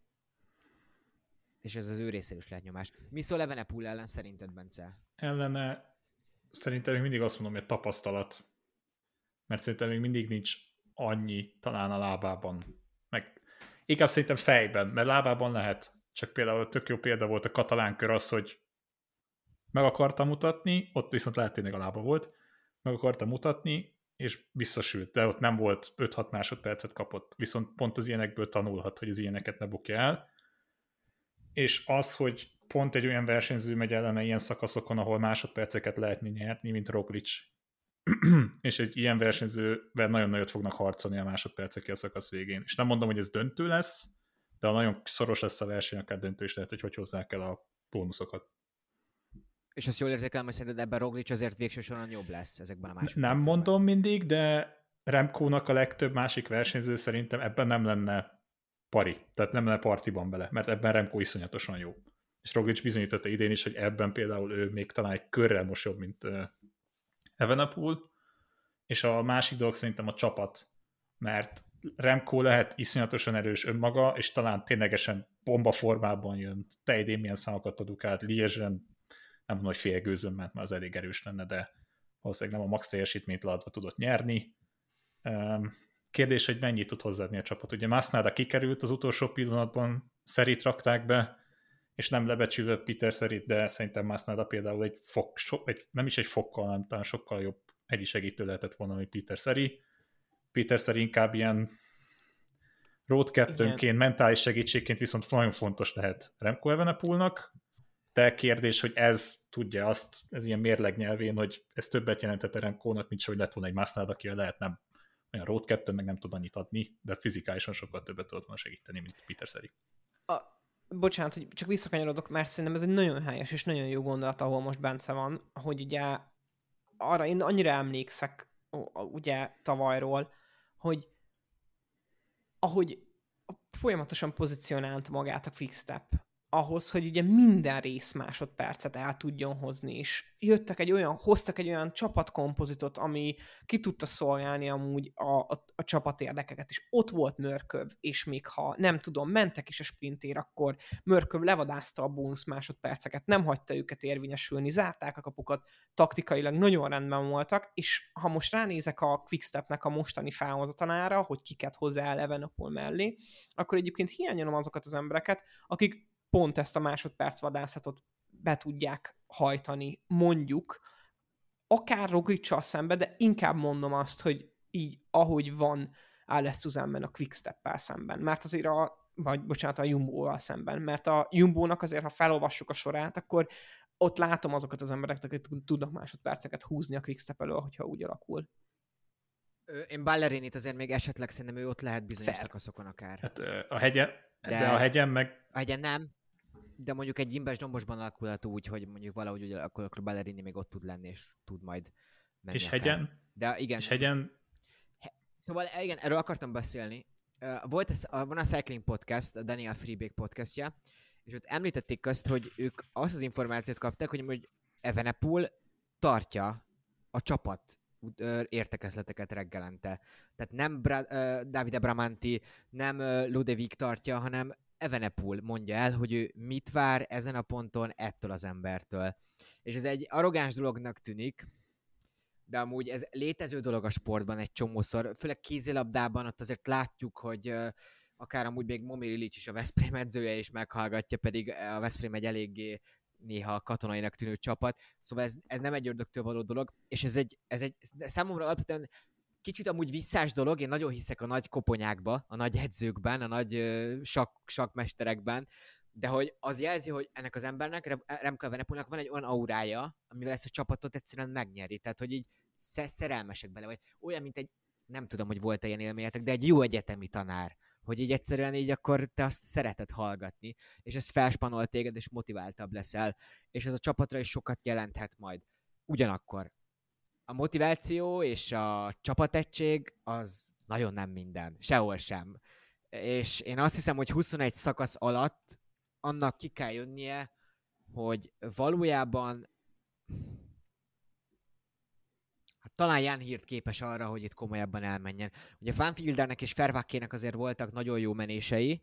És ez az ő részéről is lehet nyomás. Mi szól Evenepoel ellen szerinted, Bence? Ellene szerintem még mindig azt mondom, hogy a tapasztalat. Mert szerintem még mindig nincs annyi talán a lábában. Meg inkább szerintem fejben, mert lábában lehet. Csak például tök jó példa volt a katalán kör az, hogy meg akarta mutatni, ott viszont lehet tényleg a lába volt, meg akarta mutatni, és visszasült, de ott nem volt 5-6 másodpercet kapott. Viszont pont az ilyenekből tanulhat, hogy az ilyeneket ne bukja el. És az, hogy pont egy olyan versenyző megy ellene ilyen szakaszokon, ahol másodperceket lehetni nyerni, mint Roglic. És egy ilyen versenyzővel nagyon nagyot fognak harcolni a másodpercek a szakasz végén. És nem mondom, hogy ez döntő lesz, de ha nagyon szoros lesz a verseny, akár döntő is lehet, hogy hozzák el a bónuszokat. És azt jól érzékelem, hogy szerinted ebben Roglic azért végső soron jobb lesz ezekben a másodpercekben. Nem mondom mindig, de Remcónak a legtöbb másik versenyző szerintem ebben nem lenne pari. Tehát nem lenne partiban bele, mert ebben Remco iszonyatosan jó. És Roglic bizonyította idén is, hogy ebben például ő még talán egy körrel most jobb, mint Evenepoel. És a másik dolog szerintem a csapat, mert Remco lehet iszonyatosan erős önmaga, és talán ténylegesen bomba formában jön, te idén milyen számokat produkált, Liège-en, nem mondom, hogy félgőzön ment, mert az elég erős lenne, de valószínűleg nem a max teljesítményt leadva tudott nyerni. Kérdés, hogy mennyit tud hozzáadni a csapat. Ugye Masnada kikerült az utolsó pillanatban, Szerit rakták be, és nem lebecsülve Peter Szerit, de szerintem Masnada például nem is egy fokkal, hanem talán sokkal jobb hegyi segítő lehetett volna, hogy Peter Szeri. Peter Szeri inkább ilyen road captainként, mentális segítségként viszont nagyon fontos lehet Remco Evenepoelnak, de kérdés, hogy ez tudja azt, ez ilyen mérleg nyelvén, hogy ez többet jelentett Remco-nak, mint hogy lett volna egy Masnad, akivel lehetne olyan Road 2, meg nem tud annyit adni, de fizikálisan sokkal többet tudott volna segíteni, mint Peter Szeri. Bocsánat, hogy csak visszakanyarodok, mert szerintem ez egy nagyon helyes és nagyon jó gondolat, ahol most Bence van, hogy ugye arra én annyira emlékszek ugye tavalyról, hogy ahogy folyamatosan pozícionált magát a Quickstep ahhoz, hogy ugye minden rész másodpercet el tudjon hozni, és hoztak egy olyan csapatkompozitot, ami ki tudta szolgálni amúgy a csapat érdekeket, és ott volt Mörköv, és még ha nem tudom, mentek is a sprintér, akkor Mörköv levadázta a bónusz másodperceket, nem hagyta őket érvényesülni, zárták a kapukat, taktikailag nagyon rendben voltak, és ha most ránézek a Quickstepnek a mostani felhozatalára, hogy kiket hozzá el Evenepoel mellé, akkor egyébként hiányolom azokat az embereket, akik pont ezt a másodperc vadászatot be tudják hajtani, mondjuk, akár Roglic-sal szembe, de inkább mondom azt, hogy így, ahogy van Alex Susanben a Quickstep-pel szemben, mert azért a Jumbo-val szemben, mert a Jumbo-nak azért, ha felolvassuk a sorát, akkor ott látom azokat az embereket, akik tudnak másodperceket húzni a Quickstep elől, hogyha úgy alakul. Én Ballerinit azért még esetleg szerintem ő ott lehet bizonyos szakaszokon akár. Hát a hegyen, de a hegyen meg... A hegyen nem, de mondjuk egy Gimbes dombosban alakulható úgy, hogy mondjuk valahogy ugye, akkor Ballerini még ott tud lenni, és tud majd menni. És akár. hegyen? De igen. És hegyen? Szóval igen, erről akartam beszélni. Van a Cycling Podcast, a Daniel Freebeek podcastja, és ott említették azt, hogy ők azt az információt kapták, hogy Evenepoel tartja a csapat értekezleteket reggelente. Tehát nem Davide Bramanti, nem Ludovic tartja, hanem Evenepoel mondja el, hogy ő mit vár ezen a ponton ettől az embertől. És ez egy arrogáns dolognak tűnik, de amúgy ez létező dolog a sportban egy csomószor, főleg kézilabdában ott azért látjuk, hogy akár amúgy még Momir Ilic is a Veszprém edzője is meghallgatja, pedig a Veszprém egy eléggé néha katonainak tűnő csapat, szóval ez nem egy ördögtől való dolog, és ez egy számomra alapvetően kicsit amúgy visszás dolog, én nagyon hiszek a nagy koponyákba, a nagy edzőkben, a nagy sakkmesterekben, de hogy az jelzi, hogy ennek az embernek, Remco Evenepoelnak van egy olyan aurája, amivel ezt a csapatot egyszerűen megnyeri, tehát hogy így szerelmesek bele, vagy olyan, mint egy, nem tudom, hogy volt-e ilyen élményetek, de egy jó egyetemi tanár, hogy így egyszerűen így akkor te azt szereted hallgatni, és ez felspanol téged, és motiváltabb leszel, és ez a csapatra is sokat jelenthet majd. Ugyanakkor a motiváció és a csapategység az nagyon nem minden, sehol sem. És én azt hiszem, hogy 21 szakasz alatt annak ki kell jönnie, hogy valójában talán Jan Hirt képes arra, hogy itt komolyabban elmenjen. Ugye Van Fieldernek és Verwaakének azért voltak nagyon jó menései.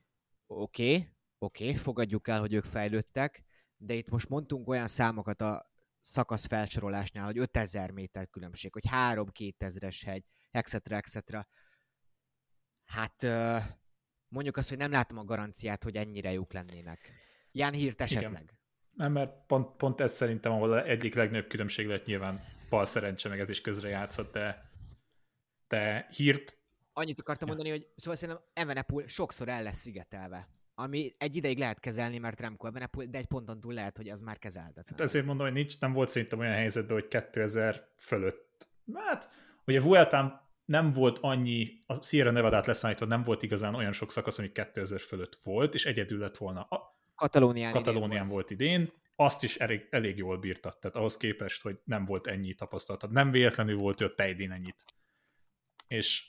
Oké, fogadjuk el, hogy ők fejlődtek, de itt most mondtunk olyan számokat a szakasz felsorolásnál, hogy 5000 méter különbség, hogy 3-2000-es hegy, etc. Hát mondjuk azt, hogy nem látom a garanciát, hogy ennyire jók lennének. Jan Hirt esetleg. Igen. Nem, mert pont ez szerintem, ahol egyik legnagyobb különbség lett, nyilván bal szerencse, meg ez is közrejátszott, de Hirt... Annyit akartam mondani, hogy szóval szerintem Evenepoel sokszor el lesz szigetelve, ami egy ideig lehet kezelni, mert Remco Evenepoel, de egy ponton túl lehet, hogy az már kezelhetetlen. Hát ezért mondom, hogy nem volt szerintem olyan helyzetben, hogy 2000 fölött. Hát, ugye Vueltán nem volt annyi, a Sierra Nevadát leszállítva nem volt igazán olyan sok szakasz, ami 2000 fölött volt, és egyedül lett volna. Katalónián volt idén, azt is elég jól bírta, tehát ahhoz képest, hogy nem volt ennyi tapasztalat. Nem véletlenül volt ő a Tejdén ennyit. És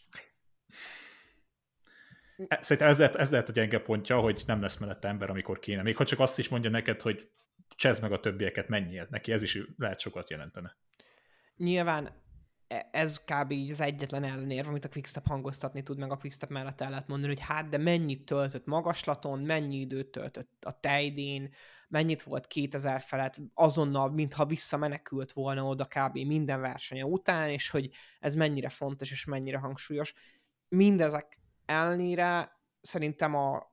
szerintem ez lehet a gyenge pontja, hogy nem lesz mellette ember, amikor kéne. Még ha csak azt is mondja neked, hogy csezd meg a többieket, menjél. Neki ez is lehet sokat jelentene. Nyilván ez kb. Így az egyetlen ellenérv, amit a Quickstep hangoztatni tud, meg a Quickstep mellett el lehet mondani, hogy hát, de mennyit töltött magaslaton, mennyi időt töltött a Tejdén, mennyit volt 2000 felett, azonnal, mintha visszamenekült volna oda kb. Minden versenye után, és hogy ez mennyire fontos, és mennyire hangsúlyos. Mindezek ellenére szerintem a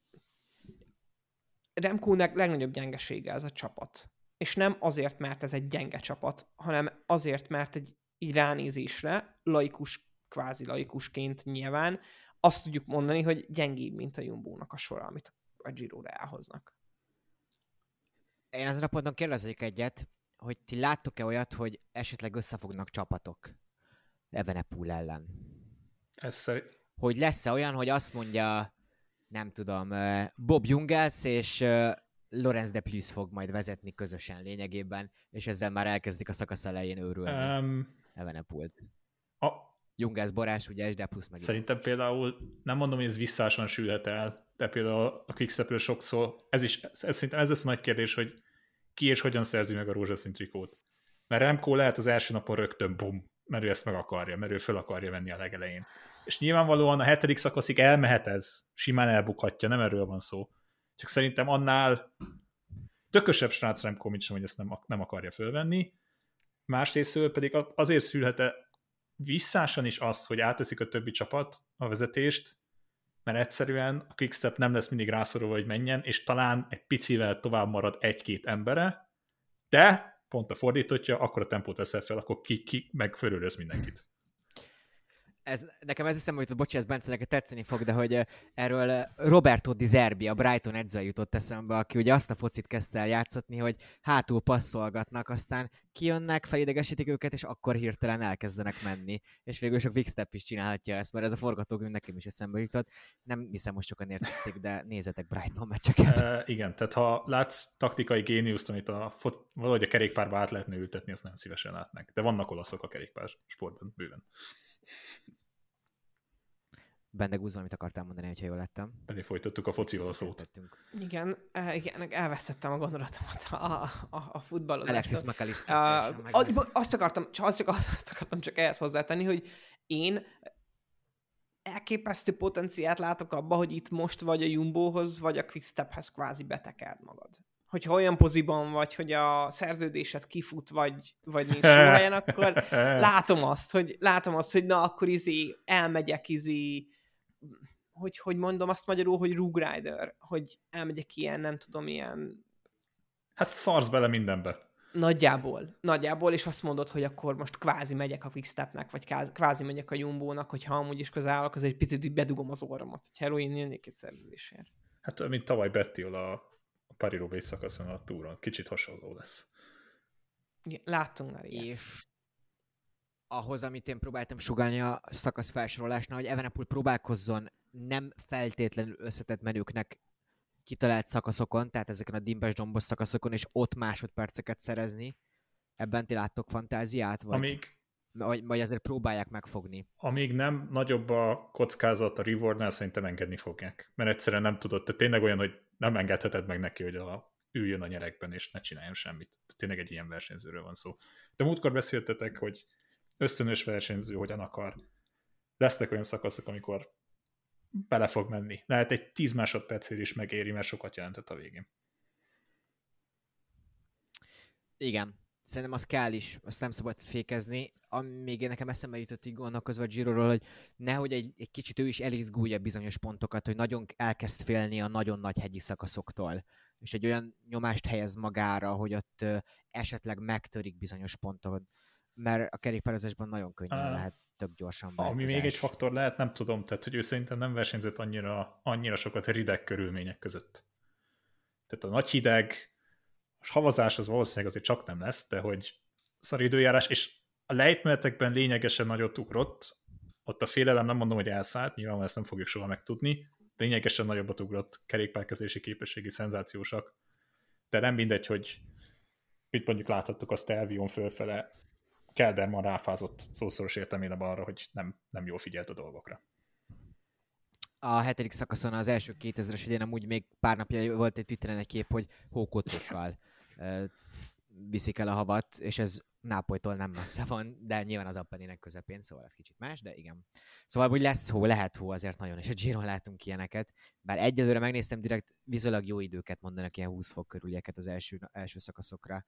Remco-nek legnagyobb gyengesége ez a csapat. És nem azért, mert ez egy gyenge csapat, hanem azért, mert egy így ránézésre, kvázi laikusként nyilván, azt tudjuk mondani, hogy gyengébb, mint a Jumbo-nak a sora, amit a Giro-ra elhoznak. Én ezen a ponton kérdezik egyet, hogy ti láttok-e olyat, hogy esetleg összefognak csapatok Evenepoel ellen? Hogy lesz-e olyan, hogy azt mondja, nem tudom, Bob Jungels és Lorenz de Plus fog majd vezetni közösen lényegében, és ezzel már elkezdik a szakasz elején őrülni Evenepoelt. Jungels, Borás, ugye, de plusz meg. Szerintem például, nem mondom, hogy ez visszásan sülhet el, de például a Quickstepről sokszor, szerintem ez lesz a nagy kérdés, hogy ki és hogyan szerzi meg a rózsaszín trikót. Mert Remco lehet az első napon rögtön bum, mert ő ezt meg akarja, mert ő föl akarja venni a legelején. És nyilvánvalóan a 7. szakaszig elmehet ez, simán elbukhatja, nem erről van szó. Csak szerintem annál tökösebb srác Remco, mint sem, hogy ezt nem akarja fölvenni. Másrésztől pedig azért szülhet-e visszásan is azt, hogy átteszik a többi csapat a vezetést, mert egyszerűen a Quickstep nem lesz mindig rászorulva, hogy menjen, és talán egy picivel tovább marad egy-két embere, de pont a fordítottja, akkor a tempót veszel fel, akkor ki meg fölölöz mindenkit. Nekem ez eszembe jutott, bocsánat, Bence, neked tetszeni fog, de hogy erről Roberto Di Zerbi, a Brighton edzője jutott eszembe, aki ugye azt a focit kezdte el játszatni, hogy hátul passzolgatnak, aztán kijönnek, felidegesítik őket, és akkor hirtelen elkezdenek menni. És végül is a Quickstep is csinálhatja ezt, mert ez a forgatókönyv nekem is eszembe jutott. Nem hiszem, most sokan értették, de nézzetek Brighton meccseket. Igen, tehát ha látsz taktikai géniuszt, amit valahogy a kerékpárba át lehetne ültetni, azt nagyon szívesen látnak. De vannak olaszok a kerékpár sportban bőven. Bendegúz, valamit akartál mondani, hogyha jól lettem. Pedig folytattuk a focival a szót. Igen, elvesztettem a gondolatomat a futballozásról. Alexis McAllister. Azt akartam csak ehhez hozzátenni, hogy én elképesztő potenciált látok abba, hogy itt most vagy a Jumbohoz, vagy a Quickstephez kvázi betekerd magad. Hogyha olyan poziban vagy, hogy a szerződésed kifut, vagy nincs helyen, akkor látom azt, hogy na, akkor elmegyek hogy mondom azt magyarul, hogy Rogue Rider, hogy elmegyek ilyen, nem tudom, ilyen... Hát szarsz bele mindenbe. Nagyjából, és azt mondod, hogy akkor most kvázi megyek a Quickstepnek, vagy kvázi megyek a Jumbónak, hogyha amúgy is közel állok, az egy picit bedugom az orromat, hogy heroin jönnék egy szerződésért. Hát, mint tavaly Bettiol a Paris-Roubaix szakaszon a túron. Kicsit hasonló lesz. Igen, láttunk már ilyet. És ahhoz, amit én próbáltam sugálni a szakasz felsorolásnál, hogy Evenepoel próbálkozzon nem feltétlenül összetett menőknek kitalált szakaszokon, tehát ezeken a dimbes-dombos szakaszokon, és ott másodperceket szerezni. Ebben ti láttok fantáziát? Vagy azért próbálják megfogni? Amíg nem nagyobb a kockázat a rewardnál, szerintem engedni fogják. Mert egyszerűen nem tudod, tehát tényleg olyan, hogy nem engedheted meg neki, hogy üljön a nyerekben, és ne csináljon semmit. Tehát tényleg egy ilyen versenyzőről van szó. De múltkor beszéltetek, hogy ösztönös versenyző hogyan akar. Lesznek olyan szakaszok, amikor bele fog menni. Lehet egy 10 másodpercért is megéri, mert sokat jelentett a végén. Igen. Szerintem az kell is, azt nem szabad fékezni. Még nekem eszembe jutott így gondolkozva a Giroról, hogy nehogy egy kicsit ő is elizgulja bizonyos pontokat, hogy nagyon elkezd félni a nagyon nagy hegyi szakaszoktól. És egy olyan nyomást helyez magára, hogy ott esetleg megtörik bizonyos pontokat. Mert a kerékpározásban nagyon könnyen lehet tök gyorsan változás. Ami még egy faktor lehet, nem tudom, tehát hogy ő szerintem nem versenyzett annyira sokat rideg körülmények között. Tehát a nagy hideg, a havazás az valószínűleg azért csak nem lesz, de hogy szar időjárás, és a lejtmenetekben lényegesen nagyot ugrott, ott a félelem nem mondom, hogy elszállt, nyilván ezt nem fogjuk soha megtudni, lényegesen nagyobbat ugrott, kerékpárkezési képességi szenzációsak, de nem mindegy, hogy mit mondjuk láthattuk a Stelvion fölfele, Kelderman ráfázott szószoros értelmében arra, hogy nem jól figyelt a dolgokra. A 7. szakaszon az első 2000-es idén amúgy még pár napja volt egy Twitteren egy kép, hogy hókocsokkal viszik el a havat, és ez Nápolytól nem messze van, de nyilván az Appenninek közepén, szóval ez kicsit más, de igen. Szóval, hogy lesz hó, lehet hó azért nagyon, és a Giron látunk ilyeneket, bár egyelőre megnéztem, direkt viszonylag jó időket mondanak, ilyen 20 fok körülieket az első szakaszokra.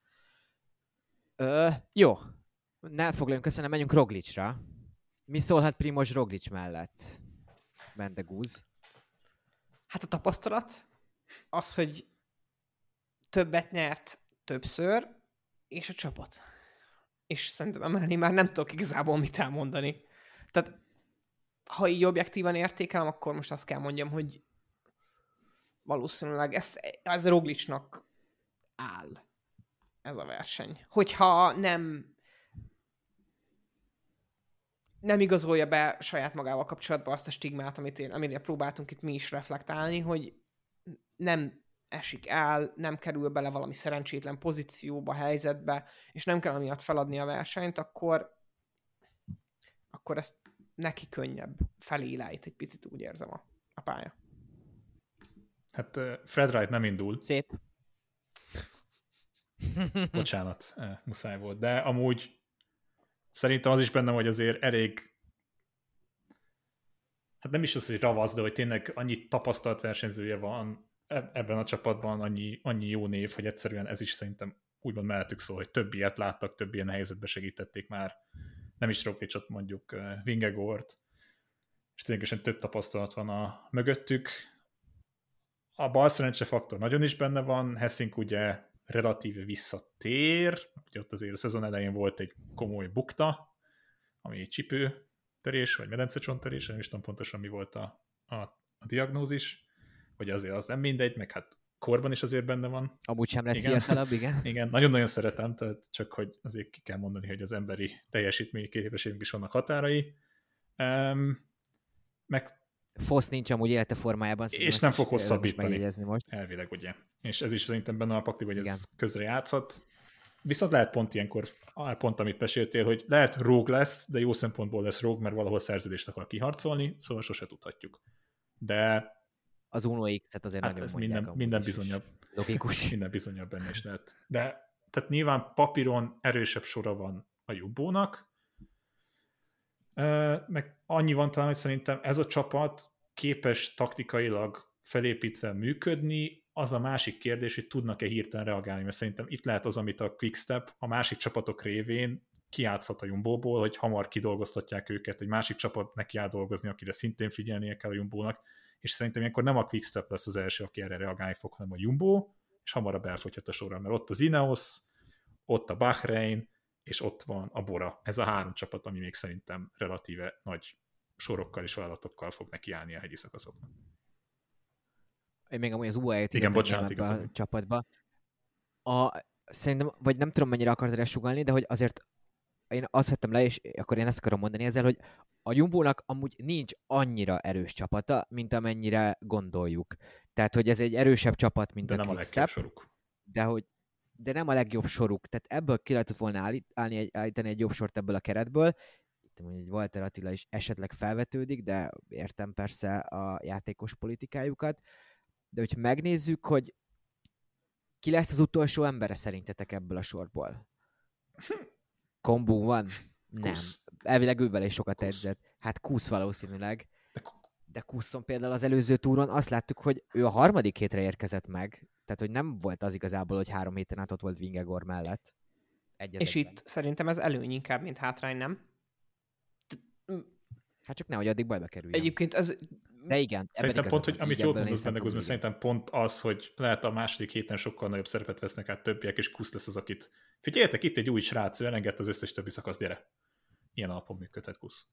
Jó, ne foglaljunk össze, nem menjünk Roglicra. Mi szólhat Primož Roglic mellett? Bendegúz. Hát a tapasztalat az, hogy többet nyert többször, és a csapat. És szerintem emelni már nem tudok igazából mit elmondani. Tehát, ha így objektívan értékelem, akkor most azt kell mondjam, hogy valószínűleg ez Roglicnak áll ez a verseny. Hogyha nem igazolja be saját magával kapcsolatban azt a stigmát, amire próbáltunk itt mi is reflektálni, hogy nem esik el, nem kerül bele valami szerencsétlen pozícióba, helyzetbe, és nem kell amiatt feladni a versenyt, akkor ezt neki könnyebb felélállít egy picit, úgy érzem a pálya. Hát Fred Wright nem indul. Szép. Bocsánat, muszáj volt. De amúgy szerintem az is bennem, hogy azért elég, hát nem is az, hogy ravasz, de hogy tényleg annyi tapasztalt versenyzője van ebben a csapatban, annyi jó név, hogy egyszerűen ez is szerintem úgymond mellettük szól, hogy több ilyet láttak, több ilyen helyzetbe segítették már. Nem is Rogličot, mondjuk Vingegaard, és ténylegesen több tapasztalat van a mögöttük. A balszerencse faktor nagyon is benne van, Hessink ugye relatíve visszatér, ugye ott azért a szezon elején volt egy komoly bukta, ami egy csipőtörés, vagy medencecsontörés, nem is tudom pontosan mi volt a diagnózis, hogy azért az nem mindegy, meg hát korban is azért benne van. Amúgy sem lett fiatalabb, igen. Igen, nagyon-nagyon szeretem, tehát csak hogy azért ki kell mondani, hogy az emberi teljesítményi képességünk is vannak határai. Meg Fosz nincs amúgy élete formájában. És nem fog hosszabbítani. Most. Elvileg, ugye. És ez is szerintem benne a pakli, hogy ez közre játszhat. Viszont lehet pont ilyenkor, pont amit meséltél, hogy lehet róg lesz, de jó szempontból lesz róg, mert valahol szerződést akar kiharcolni, szóval sose tudhatjuk. De az Uno X-et azért hát nagyon ez mondják. minden bizonyabb. Logikus. Minden bizonyabb benne is lehet. De tehát nyilván papíron erősebb sora van a Jumbo-nak, meg annyi van talán, hogy szerintem ez a csapat képes taktikailag felépítve működni, az a másik kérdés, hogy tudnak-e hirtelen reagálni, mert szerintem itt lehet az, amit a Quickstep a másik csapatok révén kijátszhat a Jumbo-ból, hogy hamar kidolgoztatják őket, egy másik csapat neki áll dolgozni, akire szintén figyelnie kell a Jumbo-nak, és szerintem ilyenkor nem a Quickstep lesz az első, aki erre reagálni fog, hanem a Jumbo, és hamarabb elfogyhat a sorra, mert ott az Ineos, ott a Bahrein, és ott van a Bora. Ez a három csapat, ami még szerintem relatíve nagy sorokkal és vállalatokkal fog nekiállni a hegyi szakaszoknak. Én még amúgy az UAE-t igen, bocsánat, a csapatba. Szerintem, vagy nem tudom mennyire akartad ezt sugallni, de hogy azért én azt vettem le, és akkor én ezt akarom mondani ezzel, hogy a Jumbo-nak amúgy nincs annyira erős csapata, mint amennyire gondoljuk. Tehát, hogy ez egy erősebb csapat, mint de a nem Quickstep. A legjobb soruk. De nem a legjobb soruk. Tehát ebből ki lehetett volna állítani egy jobb sort ebből a keretből. Itt mondjuk egy Walter Attila is esetleg felvetődik, de értem persze a játékos politikájukat. De hogyha megnézzük, hogy ki lesz az utolsó embere szerintetek ebből a sorból? Kombú van? Nem. Elvileg ő vele is sokat edzett. Hát Kusz valószínűleg. De Kuszon például az előző túron azt láttuk, hogy ő a harmadik hétre érkezett meg. Tehát, hogy nem volt az igazából, hogy 3 héten át ott volt Vingegaard mellett. És itt szerintem ez előny inkább, mint hátrány, nem? Hát csak nehogy addig bajba kerüljön. Egyébként ez... De igen. Szerintem pont, hogy amit jól mondasz benne, mert szerintem pont az, hogy lehet a második héten sokkal nagyobb szerepet vesznek át többiek, és Kusz lesz az, akit... Figyeljetek, itt egy új srác, ő elengedte az összes többi szakasz, gyere. Ilyen alapon működhet Kusz.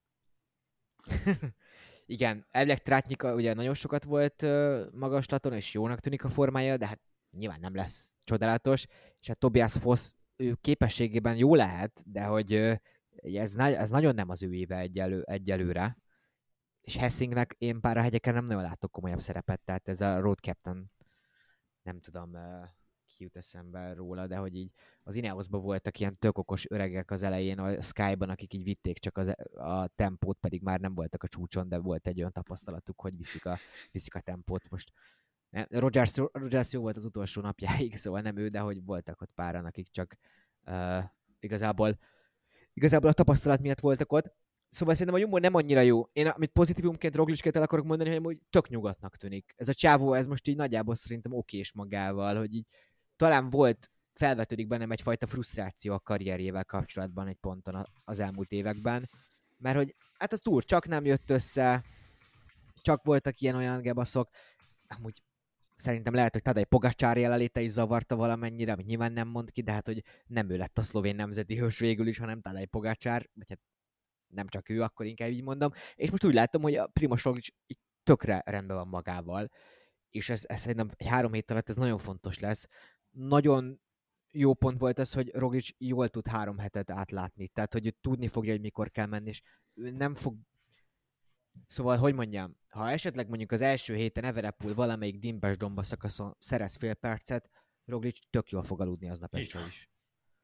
Igen, elvileg Trátnyika ugye nagyon sokat volt magaslaton, és jónak tűnik a formája, de hát nyilván nem lesz csodálatos, és hát Tobias Foss ő képességében jó lehet, de hogy ez nagyon nem az ő éve egyelőre. És Hessingnek én pár a hegyeken nem nagyon látok komolyabb szerepet, tehát ez a Road Captain, nem tudom, ki jut eszembe róla, de hogy így az Ineosban voltak ilyen tök okos öregek az elején a Sky-ban, akik így vitték csak a tempót, pedig már nem voltak a csúcson, de volt egy olyan tapasztalatuk, hogy viszik a tempót. Most Rogers jó volt az utolsó napjáig, szóval nem ő, de hogy voltak ott páran, akik csak igazából a tapasztalat miatt voltak ott. Szóval szerintem a Jumbo nem annyira jó. Én amit pozitívumként Rogličként el akarok mondani, hogy tök nyugodtnak tűnik. Ez a csávó, ez most így nagyjából szerintem okés magával, hogy így talán felvetődik bennem egyfajta frusztráció a karrierjével kapcsolatban egy ponton az elmúlt években, mert hogy hát az túl csak nem jött össze, csak voltak ilyen-olyan gebaszok. Amúgy szerintem lehet, hogy Tadej Pogačar jelenléte is zavarta valamennyire, amit nyilván nem mond ki, de hát, hogy nem ő lett a szlovén nemzeti hős végül is, hanem Tadej Pogačar, vagy hát nem csak ő, akkor inkább így mondom. És most úgy látom, hogy a Primož Roglič így tökre rendben van magával, és ez szerintem egy 3 hét alatt ez nagyon fontos lesz, nagyon jó pont volt az, hogy Roglic jól tud 3 hetet átlátni. Tehát, hogy ő tudni fogja, hogy mikor kell menni, és ő nem fog... Szóval, hogy mondjam, ha esetleg mondjuk az első héten Evenepoel valamelyik dimbes domba szakaszon szerez fél percet, Roglic tök jól fog aludni aznap Így este van. is.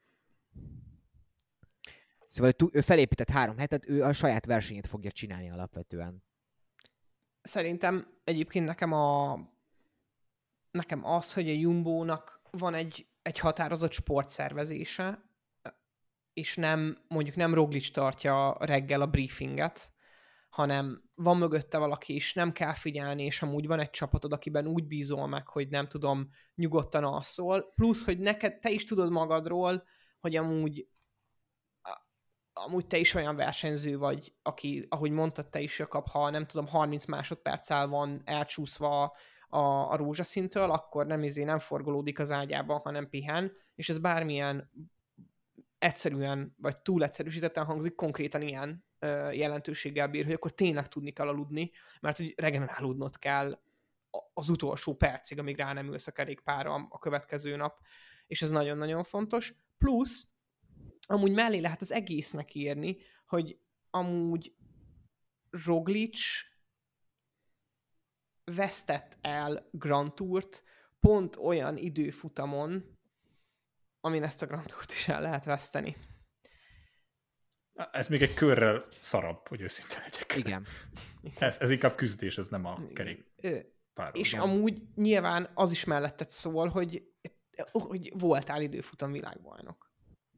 Szóval ő felépített 3 hetet, ő a saját versenyét fogja csinálni alapvetően. Szerintem egyébként nekem az, hogy a Jumbo-nak van egy határozott sportszervezése, és mondjuk nem Roglic tartja reggel a briefinget, hanem van mögötte valaki, és nem kell figyelni, és amúgy van egy csapatod, akiben úgy bízol meg, hogy nem tudom, nyugodtan alszol, plusz, hogy te is tudod magadról, hogy amúgy te is olyan versenyző vagy, aki, ahogy mondtad te is, Jakab, ha nem tudom, 30 másodperccel van elcsúszva a rózsaszíntől, akkor nem forgolódik az ágyában, hanem pihen, és ez bármilyen egyszerűen, vagy túl egyszerűsítetten hangzik, konkrétan ilyen jelentőséggel bír, hogy akkor tényleg tudni kell aludni, mert hogy regenerálódnod kell az utolsó percig, amíg rá nem ülsz a kerékpárra a következő nap, és ez nagyon-nagyon fontos. Plusz, amúgy mellé lehet az egésznek írni, hogy amúgy Roglic vesztett el Grand Tourt pont olyan időfutamon, amin ezt a Grand Tourt is el lehet veszteni. Ez még egy körrel szarabb, hogy őszinte legyek. Igen. Ez inkább küzdés, ez nem a kerékpár. És amúgy nyilván az is melletted szól, hogy voltál időfutam világbajnok.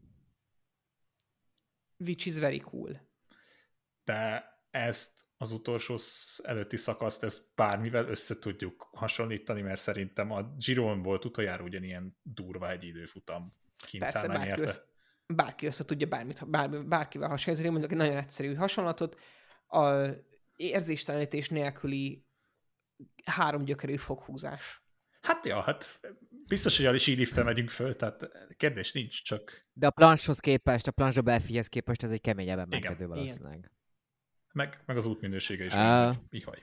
Which is very cool. De ezt az utolsó előtti szakaszt, ezt bármivel össze tudjuk hasonlítani, mert szerintem a Giron volt utoljára ugyanilyen durva egy időfutam. Persze, bárki össze tudja bárkivel hasonlítani. Mondjuk egy nagyon egyszerű hasonlatot. A érzéstelenítés nélküli 3 gyökerű foghúzás. Hát biztos, hogy a síliften megyünk föl, tehát kérdés nincs, csak... De a planchhoz képest, a planche Belfihez képest ez egy keményebb emelkedő Igen. valószínűleg. Meg az útminősége is ihaj.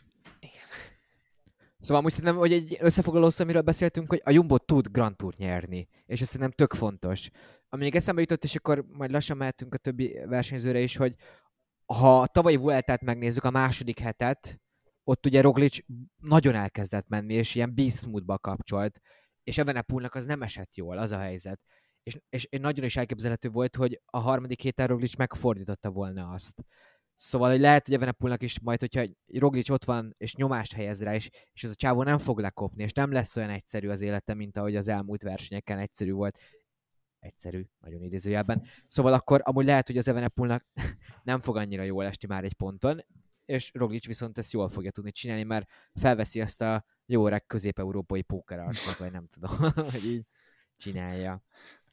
Szóval amúgy szerintem, hogy egy összefoglaló szó, amiről beszéltünk, hogy a Jumbo tud Grand Tourt nyerni, és ez szerintem tök fontos. Ami még eszembe jutott, és akkor majd lassan mehetünk a többi versenyzőre is, hogy ha a tavalyi Vueltát megnézzük, a második hetet, ott ugye Roglic nagyon elkezdett menni, és ilyen beast moodba kapcsolt, és Evenepoelnak az nem esett jól, az a helyzet. És nagyon is elképzelhető volt, hogy a harmadik héten Roglic megfordította volna azt. Szóval, hogy lehet, hogy Evenepoelnak is majd, hogyha Roglic ott van, és nyomást helyez rá, és ez a csávó nem fog lekopni, és nem lesz olyan egyszerű az élete, mint ahogy az elmúlt versenyeken egyszerű volt. Egyszerű, nagyon idézőjelben. Szóval akkor amúgy lehet, hogy az Evenepoelnak nem fog annyira jól esni már egy ponton, és Roglic viszont ezt jól fogja tudni csinálni, mert felveszi azt a jó öreg közép-európai pókerarcot, vagy nem tudom, hogy így csinálja.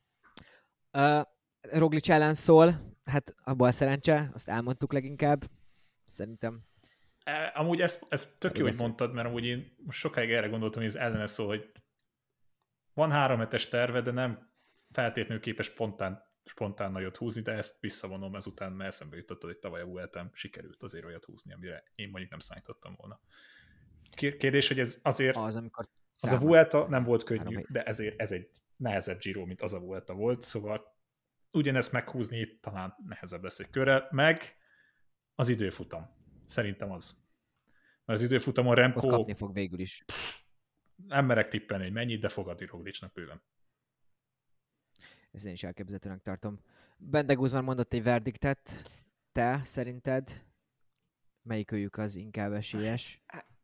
Roglic ellen szól, hát abban a szerencse, azt elmondtuk leginkább, szerintem. Amúgy ezt tök jó, hogy mondtad, mert amúgy én most sokáig erre gondoltam, hogy ez ellene szól, hogy van 3 hetes terve, de nem feltétlenül képes spontán nagyot húzni, de ezt visszavonom ezután, mert eszembe jutottad, hogy tavaly a Vueltán sikerült azért olyat húzni, amire én mondjuk nem számítottam volna. Kérdés, hogy ez azért az a Vuelta nem volt könnyű, de ezért ez egy nehezebb Giro, mint az a Vuelta volt, szóval ugyanezt meghúzni talán nehezebb lesz egy körrel, meg az időfutam. Szerintem az. Mert az időfutamon Remco... Ott kapni fog végül is. Nem merek tippelni, hogy mennyit, de fogadni Roglicnak bőven. Ezt én is elképzelhetőnek tartom. Bende Guzmán mondott egy verdiktet. Te szerinted melyikőjük az inkább esélyes?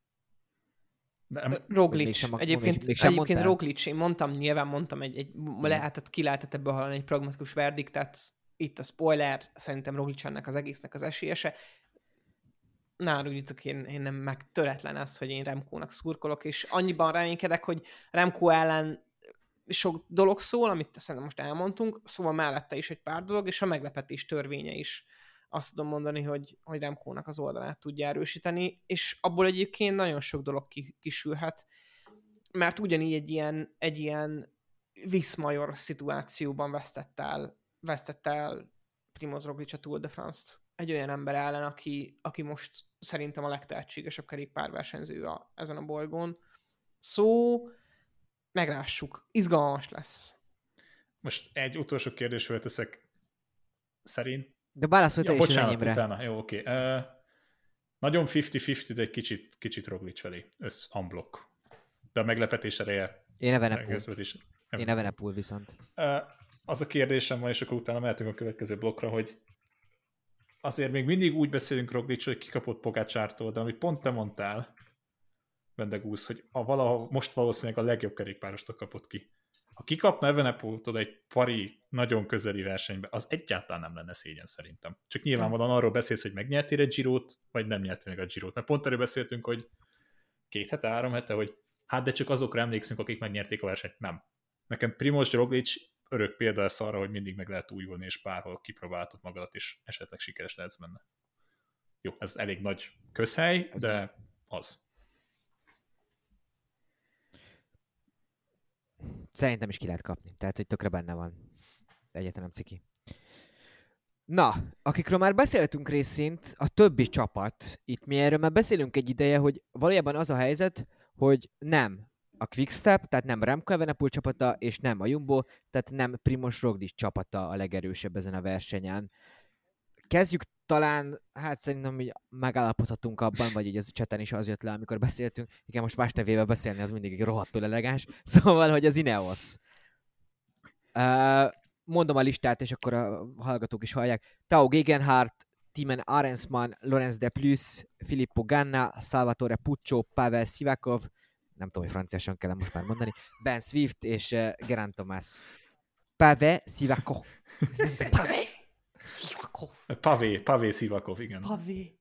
Roglic. Egyébként Roglic. Én nyilván mondtam ki lehetett ebből hallani egy pragmatikus verdiktet. Itt a spoiler, szerintem Roglic ennek az egésznek az esélyese. Úgy én nem megtöretlen az, hogy én Remkónak szurkolok, és annyiban reménykedek, hogy Remkó ellen sok dolog szól, amit szerintem most elmondtunk, szóval mellette is egy pár dolog, és a meglepetés törvénye is azt tudom mondani, hogy Remkónak az oldalát tudja erősíteni, és abból egyébként nagyon sok dolog kisülhet, mert ugyanígy egy ilyen Viszmajor szituációban vesztett el Primoz Roglic a Tour de France-t egy olyan ember ellen, aki most szerintem a legtehetségesebb kerékpárversenyző ezen a bolygón. meglássuk. Izgalmas lesz. Most egy utolsó kérdés felteszek. Szerint... De válaszolj te is az bocsánat, enyémre. utána. Jó, oké. Nagyon 50-50, de kicsit Roglic felé. Unblock. De a meglepetés ereje... Én Evenepoel viszont. Az a kérdésem van, és akkor utána mehetünk a következő blokkra, hogy azért még mindig úgy beszélünk Roglic, hogy kikapott Pogačartól, de amit pont te mondtál, Vendegúz, hogy most valószínűleg a legjobb kerékpárostól kapott ki. Ha kikapna Evenepoeltól egy pari, nagyon közeli versenybe, az egyáltalán nem lenne szégyen szerintem. Csak nyilvánvalóan arról beszélsz, hogy megnyertél egy Girót, vagy nem nyertél meg a Girót. Mert pont erről beszéltünk, hogy 2 hete, 3 hete, hogy hát de csak azokra emlékszünk, akik megnyerték a versenyt. Nem. Nekem Primož Roglic örök példa lesz arra, hogy mindig meg lehet újulni, és bárhol kipróbáltad magadat, és esetleg sikeres lehetsz benne. Jó, ez elég nagy közhely, de az. Szerintem is ki lehet kapni. Tehát, hogy tökre benne van. Egyáltalán nem ciki. Na, akikről már beszéltünk részint, a többi csapat. Itt mi erről már beszélünk egy ideje, hogy valójában az a helyzet, hogy nem a Quickstep, tehát nem Remco Evenepoel csapata, és nem a Jumbo, tehát nem Primož Roglic csapata a legerősebb ezen a versenyen. Kezdjük talán, hát szerintem hogy megállapodhatunk abban, vagy így az cseten is az jött le, amikor beszéltünk. Igen, most más nevével beszélni, az mindig egy rohadtul elegáns. Szóval, hogy az Ineos. Mondom a listát, és akkor a hallgatók is hallják. Tao Gegenhardt, Timen Arensman, Lorenz de Plus, Filippo Ganna, Salvatore Puccio, Pavel Sivakov, nem tudom, hogy franciásan kell most már mondani, Ben Swift és Geraint Thomas. Pavel Sivakov. Pavé Sivakov, igen. Pavé.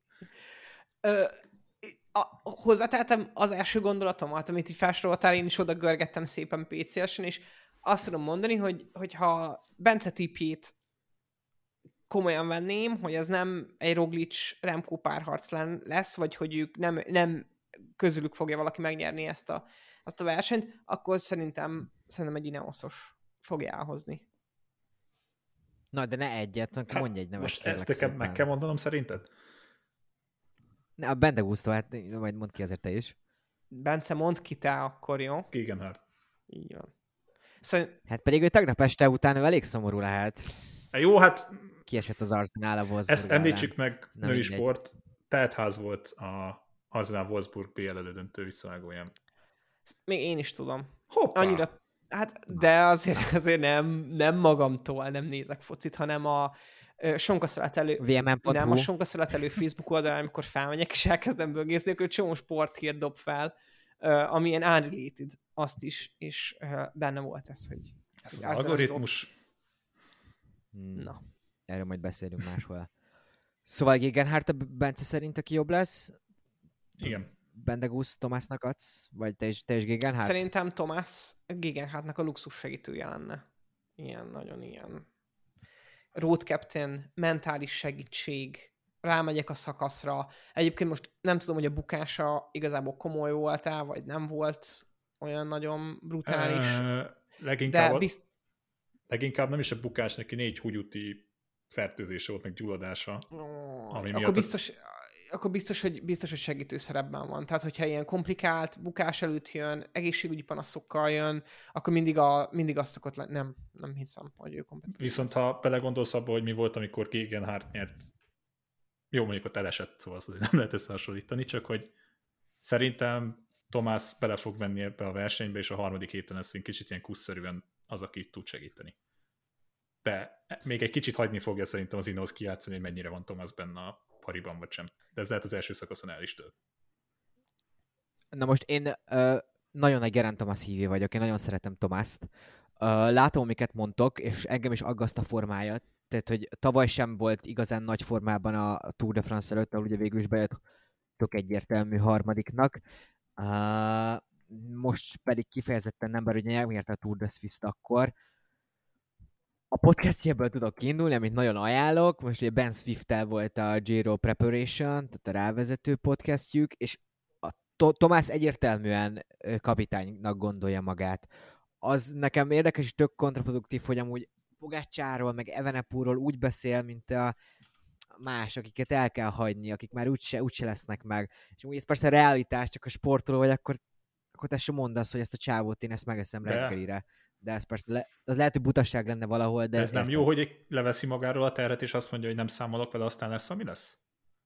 Hozzátettem az első gondolatomat, amit így felsoroltál, én is oda görgettem szépen PC-esen, és azt tudom mondani, hogy ha Bence Tipjét komolyan venném, hogy ez nem egy Roglic-Remco párharc lesz, vagy hogy ők nem közülük fogja valaki megnyerni ezt a versenyt, akkor szerintem egy Ineosos fogja elhozni. Na, de ne egyet, akkor mondj egy nevet. Most ezt nekem meg kell mondanom szerinted? Ne, a Bendegúztó, hát majd mondd ki azért te is. Bence, mondd ki te akkor, jó? Gegenhardt. Így van. Hát pedig ő tegnap este után ő elég szomorú lehet. Jó, hát... Kiesett az Arsenal a Wolfsburg ezt említsük meg, na, női sport. Teltház volt a Arsenal Wolfsburg BL elődöntő visszavágóján. Még én is tudom. Hoppá! Annyira... Hát, de azért nem magamtól nem nézek focit, hanem a VMN.hu. a Sonkaszeletelő Facebook oldalán, amikor felmegyek, és elkezdem böngészni, akkor csomó sporthírt dob fel, ami ilyen unrelated, azt is, és benne volt ez, hogy... Ez az algoritmus. Na, erről majd beszélünk máshol. Szóval Gegenhardt a Bence szerint aki jobb lesz? Igen. Bendegúz Tomásnak adsz? Vagy te is Gegenhardt? Szerintem Tomás Gegenhardtnak a luxus segítője lenne. Nagyon ilyen road captain, mentális segítség, rámegyek a szakaszra. Egyébként most nem tudom, hogy a bukása igazából komoly volt-e, vagy nem volt olyan nagyon brutális. Leginkább nem is a bukás, neki 4 húgyúti fertőzése volt, meg gyulladása. Akkor biztos, hogy segítő szerepben van. Tehát, hogyha ilyen komplikált, bukás előtt jön, egészségügyi panaszokkal jön, akkor mindig azt szokott lenni. Nem hiszem, hogy ő kompetitív. Viszont ha belegondolsz abba, hogy mi volt, amikor Gegenhardt nyert, jó, mondjuk ott elesett, szóval azt nem lehet összehasonlítani, csak hogy szerintem Tomás bele fog menni ebbe a versenybe, és a harmadik héten lesz kicsit ilyen kuszszerűen az, aki tud segíteni. De még egy kicsit hagyni fogja szerintem az Ineos kijátszani, hogy mennyire van Tomás benne a pariban, vagy sem. De ez lehet az első szakaszon el is tölt. Na most én nagyon nagy Geraint Thomas hívő vagyok, én nagyon szeretem Tomást. Látom, amiket mondtok, és engem is aggaszt a formája. Tehát, hogy tavaly sem volt igazán nagy formában a Tour de France előtt, ahol ugye végül is bejött tök egyértelmű harmadiknak. Most pedig kifejezetten nem, bár ugye megnyerte a Tour de Suisse akkor. A podcastjéből tudok kiindulni, amit nagyon ajánlok. Most ugye Ben Swift-tel volt a Giro Preparation, tehát a rávezető podcastjük, és a Tomás egyértelműen kapitánynak gondolja magát. Az nekem érdekes és tök kontraproduktív, hogy amúgy Pogačarról, meg Evenepoelról úgy beszél, mint a más, akiket el kell hagyni, akik már úgyse lesznek meg. És úgy ez persze realitás, csak a sportoló vagy, akkor akkor te sem mondasz, hogy ezt a csávót én ezt megeszem reggelire. De ez persze, az lehet, hogy butaság lenne valahol, de... Ez nem jó, hogy leveszi magáról a terhet, és azt mondja, hogy nem számolok vele, aztán lesz, ami lesz?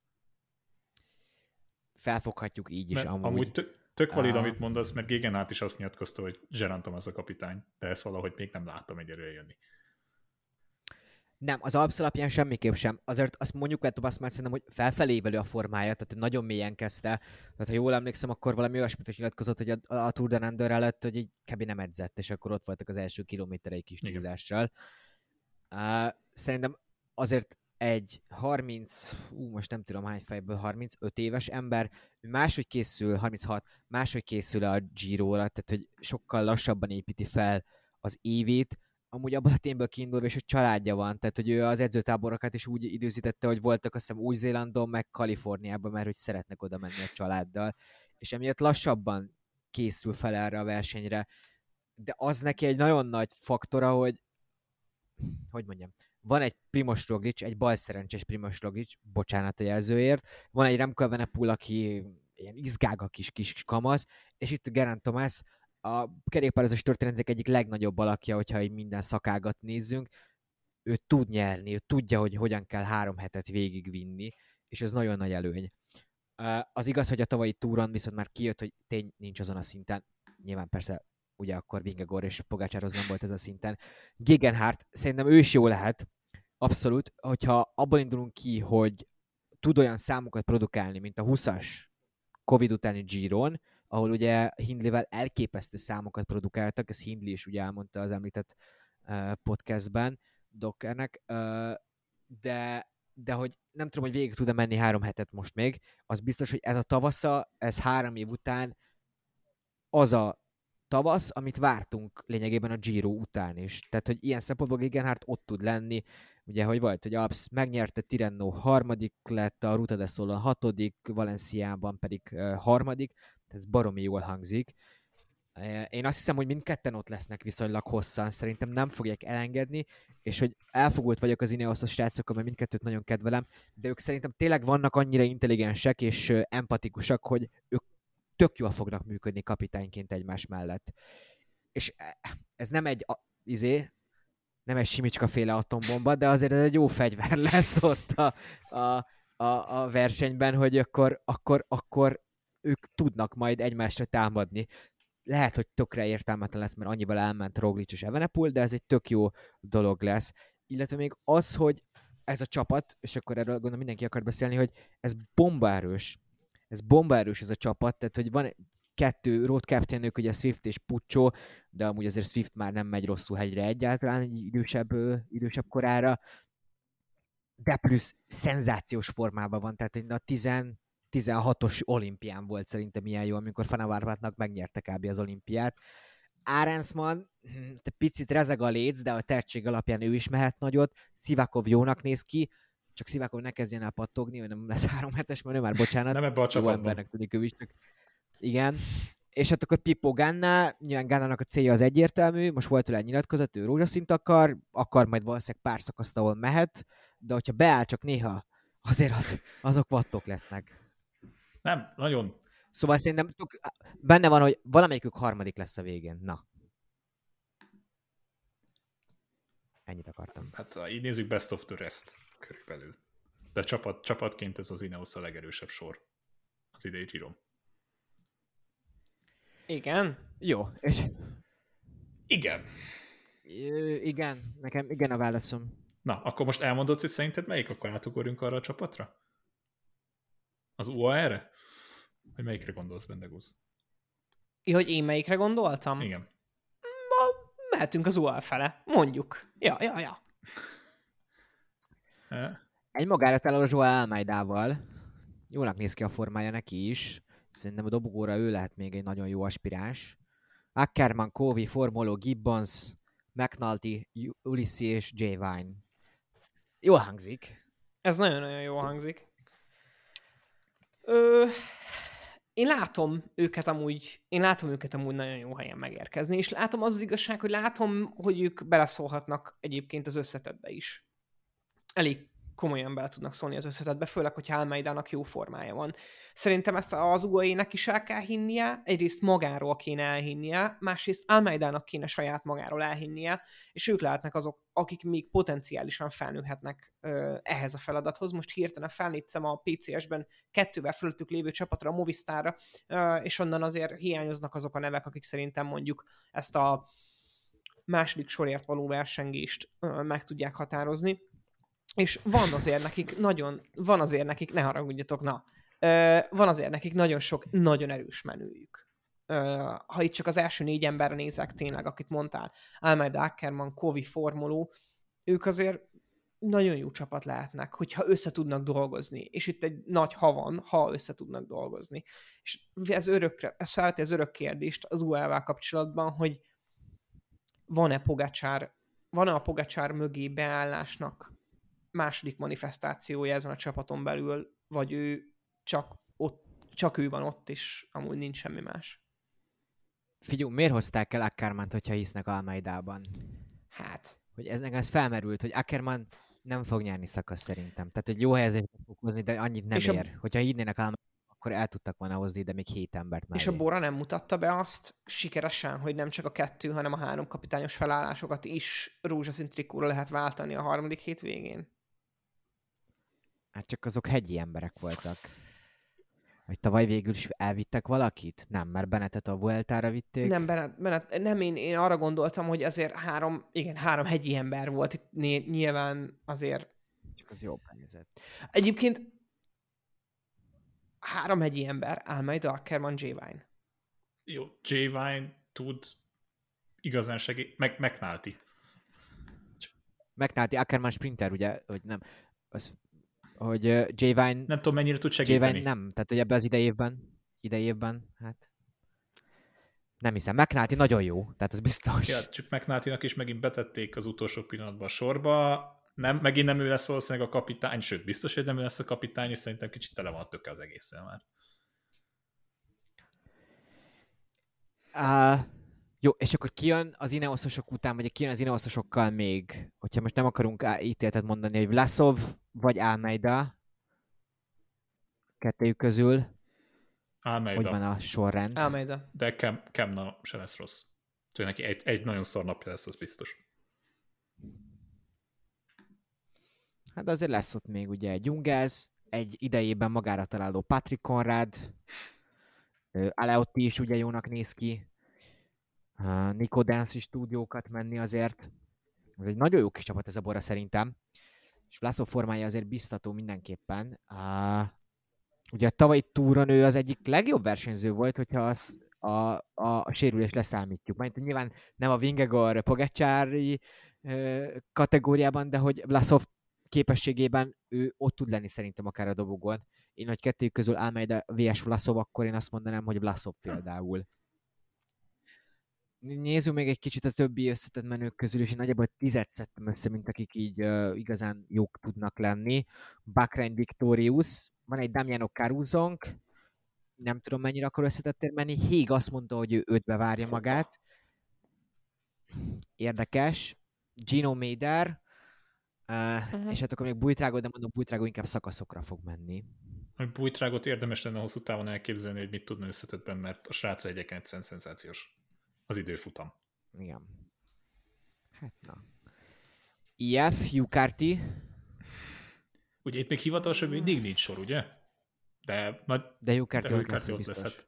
Felfoghatjuk így is amúgy tök valid, amit mondasz, mert Gegenhardt is azt nyilatkozta, hogy Geraint Thomas a kapitány, de ezt valahogy még nem láttam egyelőre jönni. Nem, az Alps alapján semmiképp sem. Azért azt mondjuk el Thomas már szerintem, hogy felfelé évelő a formája, tehát hogy nagyon mélyen kezdte. Tehát ha jól emlékszem, akkor valami olyasmit is nyilatkozott, hogy a Tour de Under előtt, hogy így kb. Nem edzett, és akkor ott voltak az első kilométerei kis túlzással. Szerintem azért egy 30, most nem tudom hány fejből, 35 éves ember, ő máshogy készül, 36, máshogy készül a Giro-ra, tehát hogy sokkal lassabban építi fel az évét, amúgy abban a témből kiindulva, és hogy családja van, tehát hogy ő az edzőtáborokat is úgy időzítette, hogy voltak azt hiszem Új-Zélandon, meg Kaliforniában, mert hogy szeretnek oda menni a családdal, és emiatt lassabban készül fel erre a versenyre, de az neki egy nagyon nagy faktora, hogy mondjam, van egy Primož Roglič, egy balszerencsés Primož Roglič, bocsánat a jelzőért, van egy Remco Evenepoel, aki ilyen izgága kis kamasz, és itt Geraint Thomas, a kerékpározás történetek egyik legnagyobb alakja, hogyha így minden szakágat nézzünk, ő tud nyerni, ő tudja, hogy hogyan kell 3 hetet végigvinni, és ez nagyon nagy előny. Az igaz, hogy a tavalyi túron viszont már kijött, hogy tény nincs azon a szinten, nyilván persze ugye akkor Vingegaard és Pogačarhoz nem volt ez a szinten. Gegenhardt, szerintem ő is jó lehet, abszolút, hogyha abból indulunk ki, hogy tud olyan számokat produkálni, mint a 20-as Covid utáni Giron, ahol ugye Hindleyvel elképesztő számokat produkáltak, ezt Hindley is ugye elmondta az említett podcastben Dockernek, de hogy nem tudom, hogy végig tud-e menni 3 hetet most még, az biztos, hogy ez a tavasza, ez 3 év után az a tavasz, amit vártunk lényegében a Giro után is. Tehát, hogy ilyen szempontból Gegenhardt ott tud lenni, ugye, hogy volt, hogy Alps megnyerte, Tirreno 3. lett, a Ruta del Sol 6., Valenciában pedig 3. ez baromi jól hangzik. Én azt hiszem, hogy mindketten ott lesznek viszonylag hosszan, szerintem nem fogják elengedni, és hogy elfogult vagyok az Ineosos srácokkal, mert mindkettőt nagyon kedvelem, de ők szerintem tényleg vannak annyira intelligensek és empatikusak, hogy ők tök jól fognak működni kapitányként egymás mellett. És ez nem egy nem egy Simicska-féle atombomba, de azért ez egy jó fegyver lesz ott a versenyben, hogy akkor ők tudnak majd egymásra támadni. Lehet, hogy tökre értelmetlen lesz, mert annyival elment Roglič és Evenepoel, de ez egy tök jó dolog lesz. Illetve még az, hogy ez a csapat, és akkor erről gondolom mindenki akar beszélni, hogy ez bombaerős. Ez bombaerős ez a csapat, tehát hogy van 2 road captainök, ugye Swift és Puccio, de amúgy azért Swift már nem megy rosszul hegyre egyáltalán egy idősebb korára, de plusz szenzációs formában van, tehát a 16-os olimpián volt szerintem ilyen jó, amikor Van Avermaetnak megnyerte kb. Az olimpiát. Arensman, picit rezeg a léc, de a tehetség alapján ő is mehet nagyot. Sivakov jónak néz ki, csak Sivakov ne kezdjen el pattogni, hogy nem lesz 3 hetes, mert ő már bocsánat. Nem ebbe a csapatban. Jó embernek tűnik ő is. Igen. És hát akkor Pippo Ganna, nyilván Gannának a célja az egyértelmű, most volt tőle egy nyilatkozat, ő rózsaszint akar majd valószínűleg pár szakaszt, ahol mehet, de hogyha beáll csak néha, azért azok vattok lesznek. Nem, nagyon. Szóval szerintem benne van, hogy valamelyikük 3. lesz a végén. Na. Ennyit akartam. Hát így nézzük, best of the rest körülbelül. De csapatként ez az Ineos a legerősebb sor az idei Giron. Igen? Jó, és... Igen. Igen, nekem igen a válaszom. Na, akkor most elmondod, hogy szerinted melyik, akkor átugorjunk arra a csapatra? Az UAE-re? Vagy melyikre gondolsz, Bendegúz? Hogy én melyikre gondoltam? Igen. Mehetünk az UAE fele. Mondjuk. Ja. Egy magára talál a Joao Almeidával. Jónak néz ki a formája neki is. Szerintem a dobogóra ő lehet még egy nagyon jó aspiráns. Ackermann, Covey, Formolo, Gibbons, McNulty, Ulissi és Jay Vine. Jól hangzik. Ez nagyon-nagyon jól hangzik. Én látom őket amúgy nagyon jó helyen megérkezni, és látom az igazság, hogy látom, hogy ők beleszólhatnak egyébként az összetettbe is. Elég komolyan bele tudnak szólni az összetetbe, főleg, hogyha Almeidának jó formája van. Szerintem ezt az UAE-nek is el kell hinnie, egyrészt magáról kéne elhinnie, másrészt Almeidának kéne saját magáról elhinnie, és ők lehetnek azok, akik még potenciálisan felnőhetnek ehhez a feladathoz. Most hirtelen felnéztem a PCS-ben 2-vel fölöttük lévő csapatra, a Movistarra, és onnan azért hiányoznak azok a nevek, akik szerintem mondjuk ezt a második sorért való versengést meg tudják határozni. És van azért nekik, ne haragudjatok, van azért nekik nagyon sok, nagyon erős menőjük. Ha itt csak az első 4 emberre nézek tényleg, akit mondtál, Almeida, Ackermann, Kovi, Formoló, ők azért nagyon jó csapat lehetnek, hogyha össze tudnak dolgozni. És itt egy nagy ha van, ha össze tudnak dolgozni. És ez felveti az örök kérdést az UAE-vel kapcsolatban, hogy van-e a Pogačar mögé beállásnak második manifestációja ezen a csapaton belül, vagy ő csak ő van ott, és amúgy nincs semmi más. Figyelj, miért hozták el Ackermannt, hogyha hisznek Almeidában? Hát. Hogy ez felmerült, hogy Ackermann nem fog nyerni szakasz szerintem. Tehát egy jó helyzetet fog hozni, de annyit nem ér. Hogyha hinnének Almeidában, akkor el tudtak volna hozni, de még 7 embert mellé. És a Bora nem mutatta be azt sikeresen, hogy nem csak a 2, hanem a 3 kapitányos felállásokat is rózsaszín trikóra lehet váltani a 3. hét végén? Hát csak azok hegyi emberek voltak. Vagy tavaly végül is elvittek valakit? Nem, mert Bennetet a Vueltára vitték. Nem, Bennett, nem, én arra gondoltam, hogy azért 3 hegyi ember volt itt nyilván azért. Csak az jobb helyzet. Egyébként 3 hegyi ember, Almeida, Ackermann, J-Vine. Jó, J-Vine tud igazán McNulty. McNulty, Ackermann sprinter, ugye? Hogy nem. Hogy J-Vine... Nem tudom, mennyire tud segíteni. J-Vine nem. Tehát, hogy ebben az idejében, hát... Nem hiszem. McNulty nagyon jó, tehát ez biztos. Ja, csak McNultynak is megint betették az utolsó pillanatban a sorba. Megint nem ő lesz valószínűleg a kapitány, sőt, biztos, hogy nem ő lesz a kapitány, és szerintem kicsit tele van a töke az egészen már. Jó, és akkor kijön az Ineososok után, vagy kijön az Ineososokkal még, hogyha most nem akarunk ítéletet mondani, hogy Vlasov vagy Almeida kettőjük közül. Almeida. Hogy van a sorrend? Almeida. De Kemna se lesz rossz. Úgyhogy neki egy nagyon szar napja lesz, az biztos. Hát de azért lesz ott még ugye egy Jungels, egy idejében magára találó Patrick Conrad, Aleotti is ugye jónak néz ki, Nico Dance is tud jókat menni azért. Ez egy nagyon jó kis csapat ez a Bora szerintem. És Vlasov formája azért biztató mindenképpen. Ugye a tavalyi túron ő az egyik legjobb versenyző volt, hogyha a sérülést leszámítjuk. Mert nyilván nem a Vingegaard Pogačari kategóriában, de hogy Vlasov képességében ő ott tud lenni szerintem akár a dobogon. Én, hogy kettőjük közül Almeida vs. Vlasov, akkor én azt mondanám, hogy Vlasov például. Nézzük még egy kicsit a többi összetett menők közül, és én nagyjából 10 szedtem össze, mint akik így igazán jók tudnak lenni. Bahrain Victorious, van egy Damiano Caruso, nem tudom mennyire akar összetettél menni, Haig azt mondta, hogy ő 5-be várja magát. Érdekes. Gino Meder, és hát akkor még Buitrago, de mondom, Buitrago inkább szakaszokra fog menni. A Buitragot érdemes lenne hosszú távon elképzelni, hogy mit tudna összetettben, mert a srác egyébként szenzációs. Az időfutam. Igen. Hát na. IF, Jukarti. Ugye itt még hivatalosan mindig nincs sor, ugye? De Jukarti ott lesz biztos. Hát.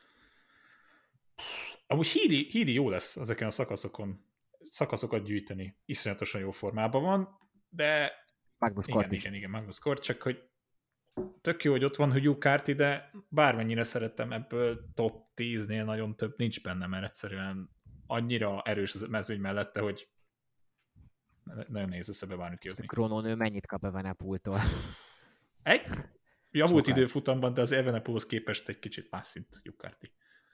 Amúgy Hídi jó lesz ezeken a szakaszokat gyűjteni. Iszonyatosan jó formában van, de Magnus Kort is. Igen, Magnus Kort, csak hogy tök jó, hogy ott van Hugh Carty, de bármennyire szerettem, ebből top 10-nél nagyon több nincs benne, mert egyszerűen annyira erős az mezőny mellette, hogy nagyon nehéz összebeválni kihozni. Kronónő mennyit kap Evenepoel-tól? Egy javult időfutamban, de az Evenepoelhoz képest egy kicsit más szint Hugh Carty.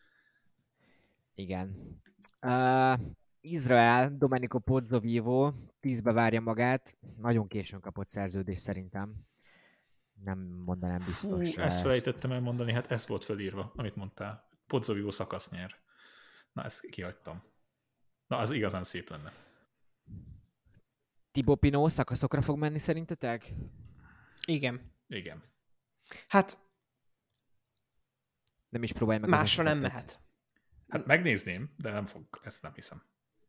Igen. Izrael, Domenico Pozzovivo 10-be várja magát. Nagyon későn kapott szerződést szerintem. Nem mondanám biztos. Ezt felejtettem elmondani, hát ez volt felírva, amit mondtál. Pozzovivo szakasz nyer. Na, ezt kihagytam. Na, az igazán szép lenne. Thibaut Pinot szakaszokra fog menni szerintetek? Igen. Igen. Hát Nem is próbálj meg. másra nem mehet. Hát megnézném, de nem fog, ezt nem hiszem.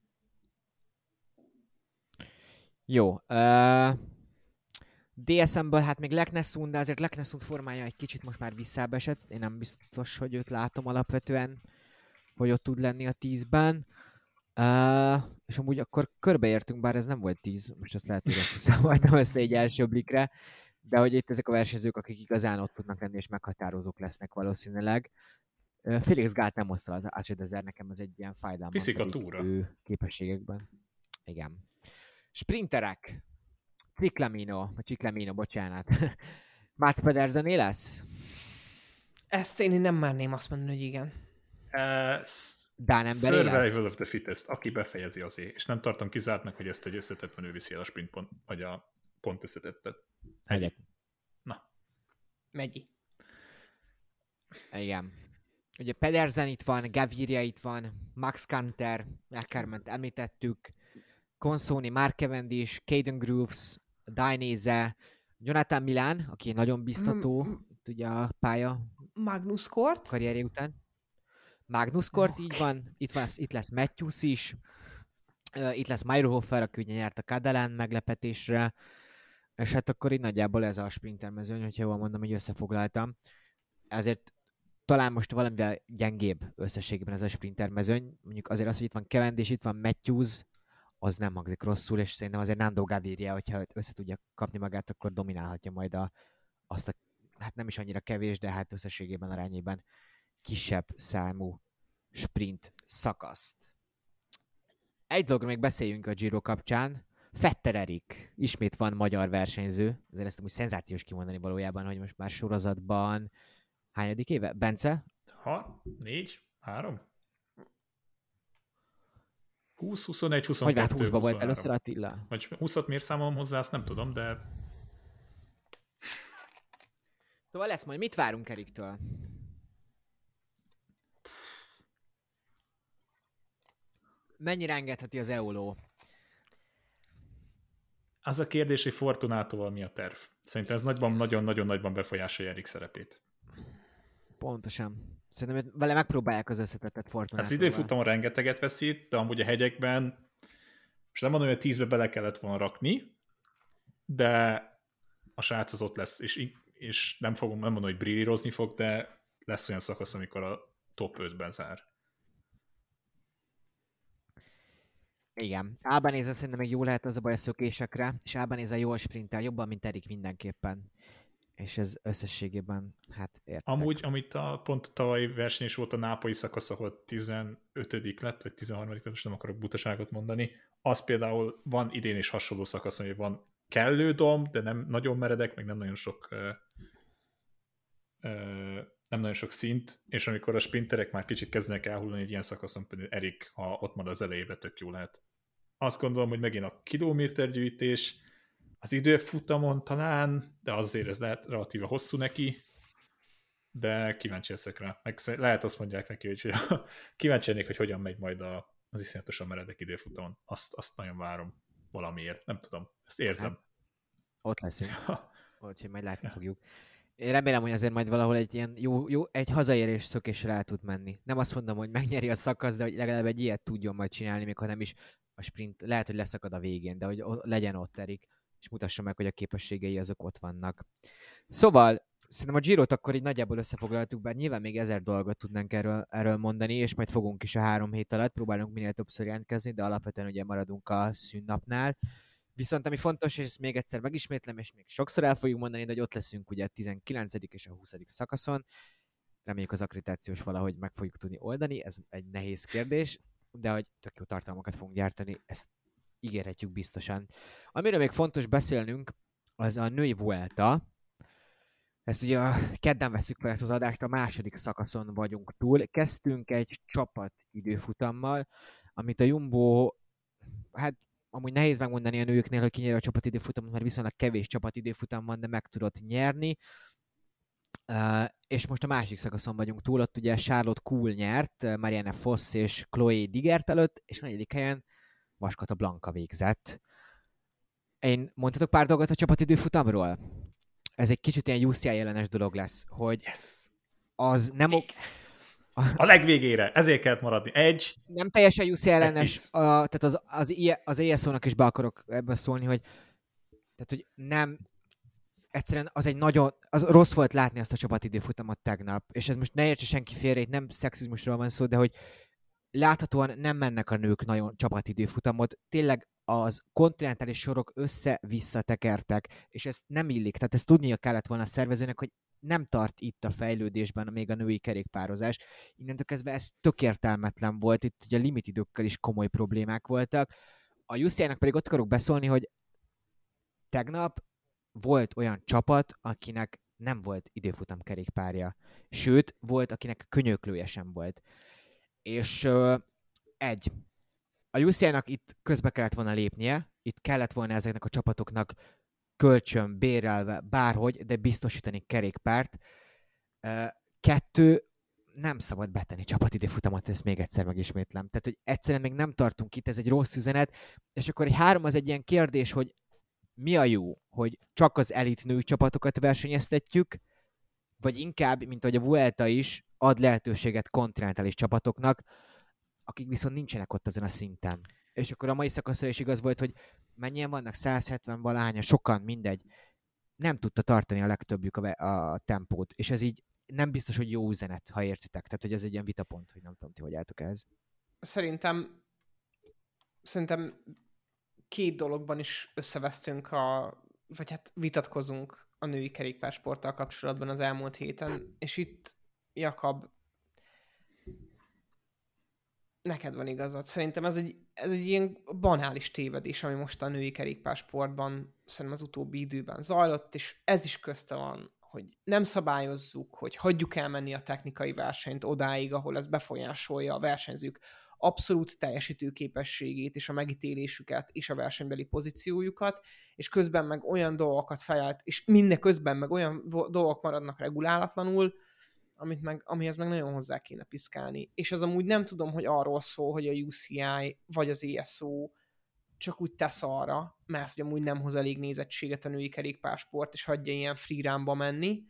Jó. DSM-ből hát még Leknesund, de azért Leknesund formája egy kicsit most már visszább esett. Én nem biztos, hogy őt látom alapvetően, hogy ott tud lenni a 10-ben. És amúgy akkor körbeértünk, bár ez nem volt 10, most azt lehet, hogy rosszul számoltam össze egy első blikre, de hogy itt ezek a versenyzők, akik igazán ott tudnak lenni és meghatározók lesznek valószínűleg. Felix Galt nem hozta az Archer, nekem az egy ilyen fájdalmas. Viszik a túra. Képességekben. Igen. Sprinterek. Ciklamino, bocsánat. Mats Pedersené lesz? Ezt én nem merném azt mondani, hogy igen. Dán emberé lesz? Survival of the fittest, aki befejezi azért, és nem tartom kizártnak, hogy ezt egy összetettben ő viszi el a sprint pont, vagy a pont összetettet. Hegyek. Na. Megyi. Igen. Ugye Pedersen itt van, Gaviria itt van, Max Kanter, Ackermann említettük, Consoni, Mark Cavendish, Caden Groves, Dainese, Jonathan Milan, aki nagyon biztató, itt ugye a pálya Magnus Kort. karrierje után. Magnus Kort, így van, itt lesz Matthews is, itt lesz Mayrhofer, aki ugye nyert a Catalan meglepetésre, és hát akkor így nagyjából ez a sprintermezőny, hogyha jól mondom, hogy összefoglaltam. Ezért talán most valamivel gyengébb összességében ez a sprintermezőny. Mondjuk azért az, hogy itt van Cavendish, itt van Matthews, az nem hangzik rosszul, és szerintem azért Nando Gaviria, hogyha össze tudja kapni magát, akkor dominálhatja majd azt a, hát nem is annyira kevés, de hát összességében arányében kisebb számú sprint szakaszt. Egy dologról még beszéljünk a Giro kapcsán. Fetter Erik, ismét van magyar versenyző, azért ezt úgy szenzációs kimondani valójában, hogy most már sorozatban hányadik éve? Bence? 4, 3? 20, 21, 22, hogy hát 20-ba volt 23. először Attila? Vagy 20-at miért számolom hozzá, azt nem tudom, de... Szóval lesz majd, mit várunk Eriktől? Mennyire engedheti az EOLO? Az a kérdés, hogy Fortunátóval mi a terv. Szerintem ez nagyon-nagyon nagyban befolyásolja Erik szerepét. Pontosan. Szerintem vele megpróbálják az összetettet Fortunátóval. Az időfutamon rengeteget veszít, de amúgy a hegyekben, most nem mondom, hogy a 10-be bele kellett volna rakni, de a srác az ott lesz, és nem mondom, hogy brillírozni fog, de lesz olyan szakasz, amikor a top 5-ben zár. Igen. Albanese szerintem még jó lehet az a baj a szökésekre, és Albanese jól sprintel, jobban, mint Erik mindenképpen. És ez összességében, hát értek. Amúgy, amit pont a tavalyi verseny is volt a nápolyi szakasz, ahol 15. lett, vagy 13. lett, most nem akarok butaságot mondani, az például van idén is hasonló szakasz, hogy van kellő domb, de nem nagyon meredek, meg nem nagyon sok szint, és amikor a sprinterek már kicsit kezdenek elhullani egy ilyen szakaszon, például Erik, ha ott marad az elejében, tök jó lehet. Azt gondolom, hogy megint a kilométergyűjtés, az időfutamon talán, de azért ez lehet relatíve hosszú neki, de kíváncsi leszek rá. Meg lehet azt mondják neki, hogy kíváncsi lennék, hogy hogyan megy majd az iszonyatosan meredek időfutamon. Azt nagyon várom valamiért. Nem tudom, ezt érzem. Hát, ott leszünk. Úgyhogy majd látni fogjuk. Én remélem, hogy azért majd valahol egy ilyen jó egy hazaérés szökésre el tud menni. Nem azt mondom, hogy megnyeri a szakasz, de hogy legalább egy ilyet tudjon majd csinálni, még ha nem is a sprint, lehet, hogy leszakad a végén, de hogy legyen ott Erik, és mutassa meg, hogy a képességei azok ott vannak. Szóval, szerintem a Girot akkor így nagyjából összefoglaltuk, bár nyilván még 1000 dolgot tudnánk erről mondani, és majd fogunk is a 3 hét alatt, próbálunk minél többször jelentkezni, de alapvetően ugye maradunk a szünnapnál. Viszont ami fontos, és ezt még egyszer megismétlem, és még sokszor el fogjuk mondani, de hogy ott leszünk ugye a 19. és a 20. szakaszon. Reméljük az akkreditációs valahogy meg fogjuk tudni oldani, ez egy nehéz kérdés, de hogy tök jó tartalmakat fogunk gyártani, ezt ígérhetjük biztosan. Amiről még fontos beszélnünk, az a női Vuelta. Ezt ugye a kedden veszük fel ezt az adást, a második szakaszon vagyunk túl. Kezdtünk egy csapat időfutammal, amit a Jumbo, hát amúgy nehéz megmondani a nőknél, hogy ki nyer a csapatidőfutamot, mert viszonylag kevés csapatidőfutam van, de meg tudott nyerni. És most a másik szakaszon vagyunk túl, ott ugye Charlotte Kuhl nyert, Marianne Voss és Chloe Digert előtt, és a 4. helyen Vaskata Blanka végzett. Mondhatok pár dolgot a csapatidőfutamról? ez egy kicsit ilyen UCI ellenes dolog lesz, hogy Yes. az nem... A legvégére, ezért kellett maradni. Nem teljesen UCI ellenes, pisz. tehát az ESO-nak is be akarok ebben szólni, hogy tehát, hogy nem, egyszerűen az rossz volt látni azt a csapatidőfutamot tegnap, és ez most ne értse senki félre, itt nem szexizmusról van szó, de hogy láthatóan nem mennek a nők nagyon csapatidőfutamot, tényleg az kontinentális sorok össze-vissza tekertek, és ez nem illik, tehát ezt tudnia kellett volna a szervezőnek, hogy nem tart itt a fejlődésben még a női kerékpározás. Innentől kezdve ez tök értelmetlen volt, itt ugye a limitidőkkel is komoly problémák voltak. A UCI-nak pedig ott akarok beszólni, hogy tegnap volt olyan csapat, akinek nem volt időfutam kerékpárja. Sőt, volt, akinek könyöklője sem volt. És a UCI-nak itt közbe kellett volna lépnie, itt kellett volna ezeknek a csapatoknak kölcsön, bérelve, bárhogy, de biztosítani kerékpárt. 2, nem szabad betenni csapatidőfutamot, ezt még egyszer megismétlem. Tehát, hogy egyszerűen még nem tartunk itt, ez egy rossz üzenet, és akkor egy 3 az egy ilyen kérdés, hogy mi a jó, hogy csak az elit női csapatokat versenyeztetjük, vagy inkább, mint ahogy a Vuelta is, ad lehetőséget kontinentális csapatoknak, akik viszont nincsenek ott ezen a szinten. És akkor a mai szakaszra is igaz volt, hogy mennyien vannak, 170 valahányan, sokan, mindegy. Nem tudta tartani a legtöbbjük a tempót, és ez így nem biztos, hogy jó üzenet, ha értitek. Tehát, hogy ez egy ilyen vitapont, hogy nem tudom, ti hogy álltok ehhez. Szerintem 2 dologban is összevesztünk, vagy hát vitatkozunk a női kerékpársporttal kapcsolatban az elmúlt héten, és itt, Jakab, neked van igazad. Szerintem ez egy ilyen banális tévedés, ami most a női kerékpársportban szerintem az utóbbi időben zajlott, és ez is közte van, hogy nem szabályozzuk, hogy hagyjuk elmenni a technikai versenyt odáig, ahol ez befolyásolja a versenyzők abszolút teljesítőképességét és a megítélésüket és a versenybeli pozíciójukat, és közben meg olyan dolgokat fejelt, és mindeközben meg olyan dolgok maradnak regulálatlanul, amihez meg nagyon hozzá kéne piszkálni. És az amúgy nem tudom, hogy arról szól, hogy a UCI vagy az ESO csak úgy tesz arra, mert hogy amúgy nem hoz elég nézettséget a női kerékpársport, és hagyja ilyen freerunba menni,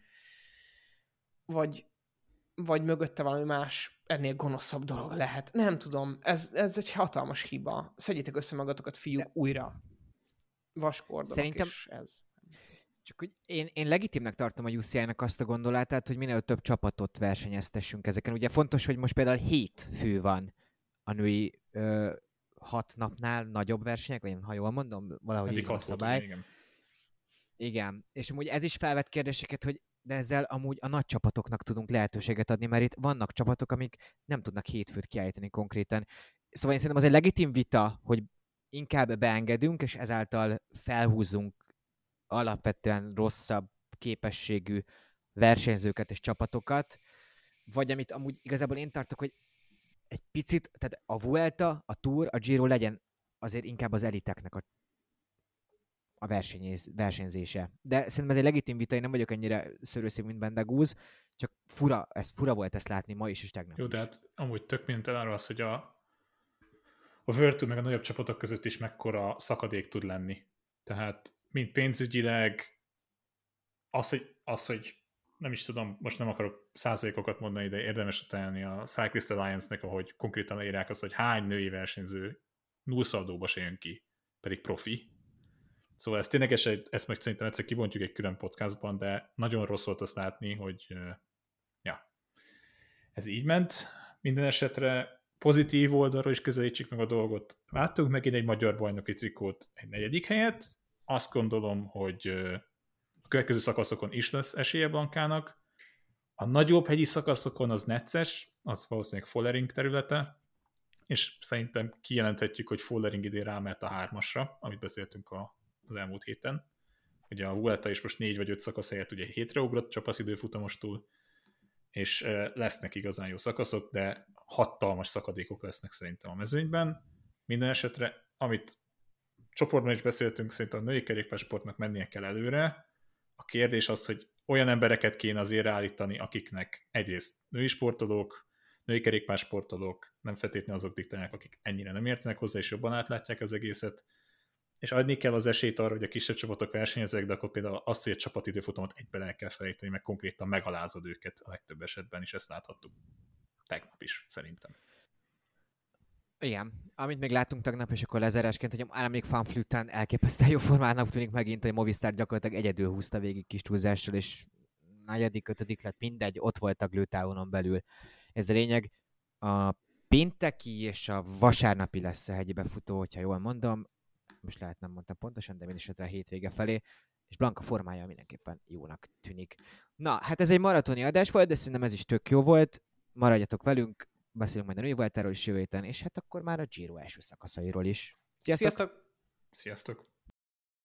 vagy mögötte valami más, ennél gonoszabb dolog lehet. Nem tudom, ez egy hatalmas hiba. Szedjétek össze magatokat, fiúk, újra. Vaskordonok, Szerintem... és ez. Csak hogy én legitimnek tartom a UCI-nak azt a gondolatát, hogy minél több csapatot versenyeztessünk ezeken. Ugye fontos, hogy most például 7 fő van a női 6 napnál nagyobb versenyek, vagy ha jól mondom, valahogy így a szabály. Igen. Igen, és amúgy ez is felvet kérdéseket, hogy de ezzel amúgy a nagy csapatoknak tudunk lehetőséget adni, mert itt vannak csapatok, amik nem tudnak 7 főt kiállítani konkrétan. Szóval én szerintem az egy legitim vita, hogy inkább beengedünk, és ezáltal felhúzunk alapvetően rosszabb képességű versenyzőket és csapatokat, vagy amit amúgy igazából én tartok, hogy egy picit, tehát a Vuelta, a Tour, a Giro legyen azért inkább az eliteknek a versenyzése. De szerintem ez egy legitim vita, én nem vagyok ennyire szörőszék, mint Bendegúz, csak fura volt ezt látni ma is, és tegnap Jó, is. de hát amúgy tök minten arra az, hogy a World Tour meg a nagyobb csapatok között is mekkora szakadék tud lenni. Tehát mind pénzügyileg, az, hogy nem is tudom, most nem akarok százalékokat mondani, de érdemes utáni a Cyclist Alliance-nek, ahogy konkrétan leírják azt, hogy hány női versenyző nullszaldóba se jön ki, pedig profi. Szóval ez tényleg ezt meg szerintem egyszer kibontjuk egy külön podcastban, de nagyon rossz volt azt látni, hogy ez így ment. Minden esetre pozitív oldalról is közelítsük meg a dolgot. Láttunk megint egy magyar bajnoki trikót egy 4. helyet. Azt gondolom, hogy a következő szakaszokon is lesz esélye Blankának. A nagyobb hegyi szakaszokon az necces, az valószínűleg Follering területe, és szerintem kijelenthetjük, hogy Follering idén rámelt a 3-asra, amit beszéltünk az elmúlt héten. Ugye a Vuelta is most 4 vagy 5 szakasz helyett ugye 7-re ugrott csapatidőfutamostul, és lesznek igazán jó szakaszok, de hatalmas szakadékok lesznek szerintem a mezőnyben. Minden esetre, amit csoportban is beszéltünk, szerintem a női kerékpársportnak mennie kell előre. A kérdés az, hogy olyan embereket kéne azért állítani, akiknek egyrészt női sportolók, női kerékpársportolók, nem feltétlenül azok diktálják, akik ennyire nem értenek hozzá, és jobban átlátják az egészet, és adni kell az esélyt arra, hogy a kisebb csapatok versenyeznek, de akkor például azt, hogy a csapatidőfutamot egyben el kell felejteni, meg konkrétan megalázod őket a legtöbb esetben, és ezt láthattuk tegnap is, szerintem. Igen, amit még láttunk tegnap, és akkor lezárásként, hogy Annemiek van Vleuten elképesztően jó formának tűnik megint, hogy Movistar gyakorlatilag egyedül húzta végig kis túlzással, és 4., 5. lett, mindegy, ott voltak lőtávonon belül. Ez a lényeg. A pénteki és a vasárnapi lesz a hegyi befutó, hogyha jól mondom. Most lehet nem mondtam pontosan, de mindesetre a hétvége felé. És Blanka formája mindenképpen jónak tűnik. Na, hát ez egy maratoni adás volt, de szerintem ez is tök jó volt. Maradjatok velünk, beszélünk majd a női Vueltáról is jövő héten, és hát akkor már a Giro első szakaszairól is. Sziasztok! Sziasztok! Sziasztok!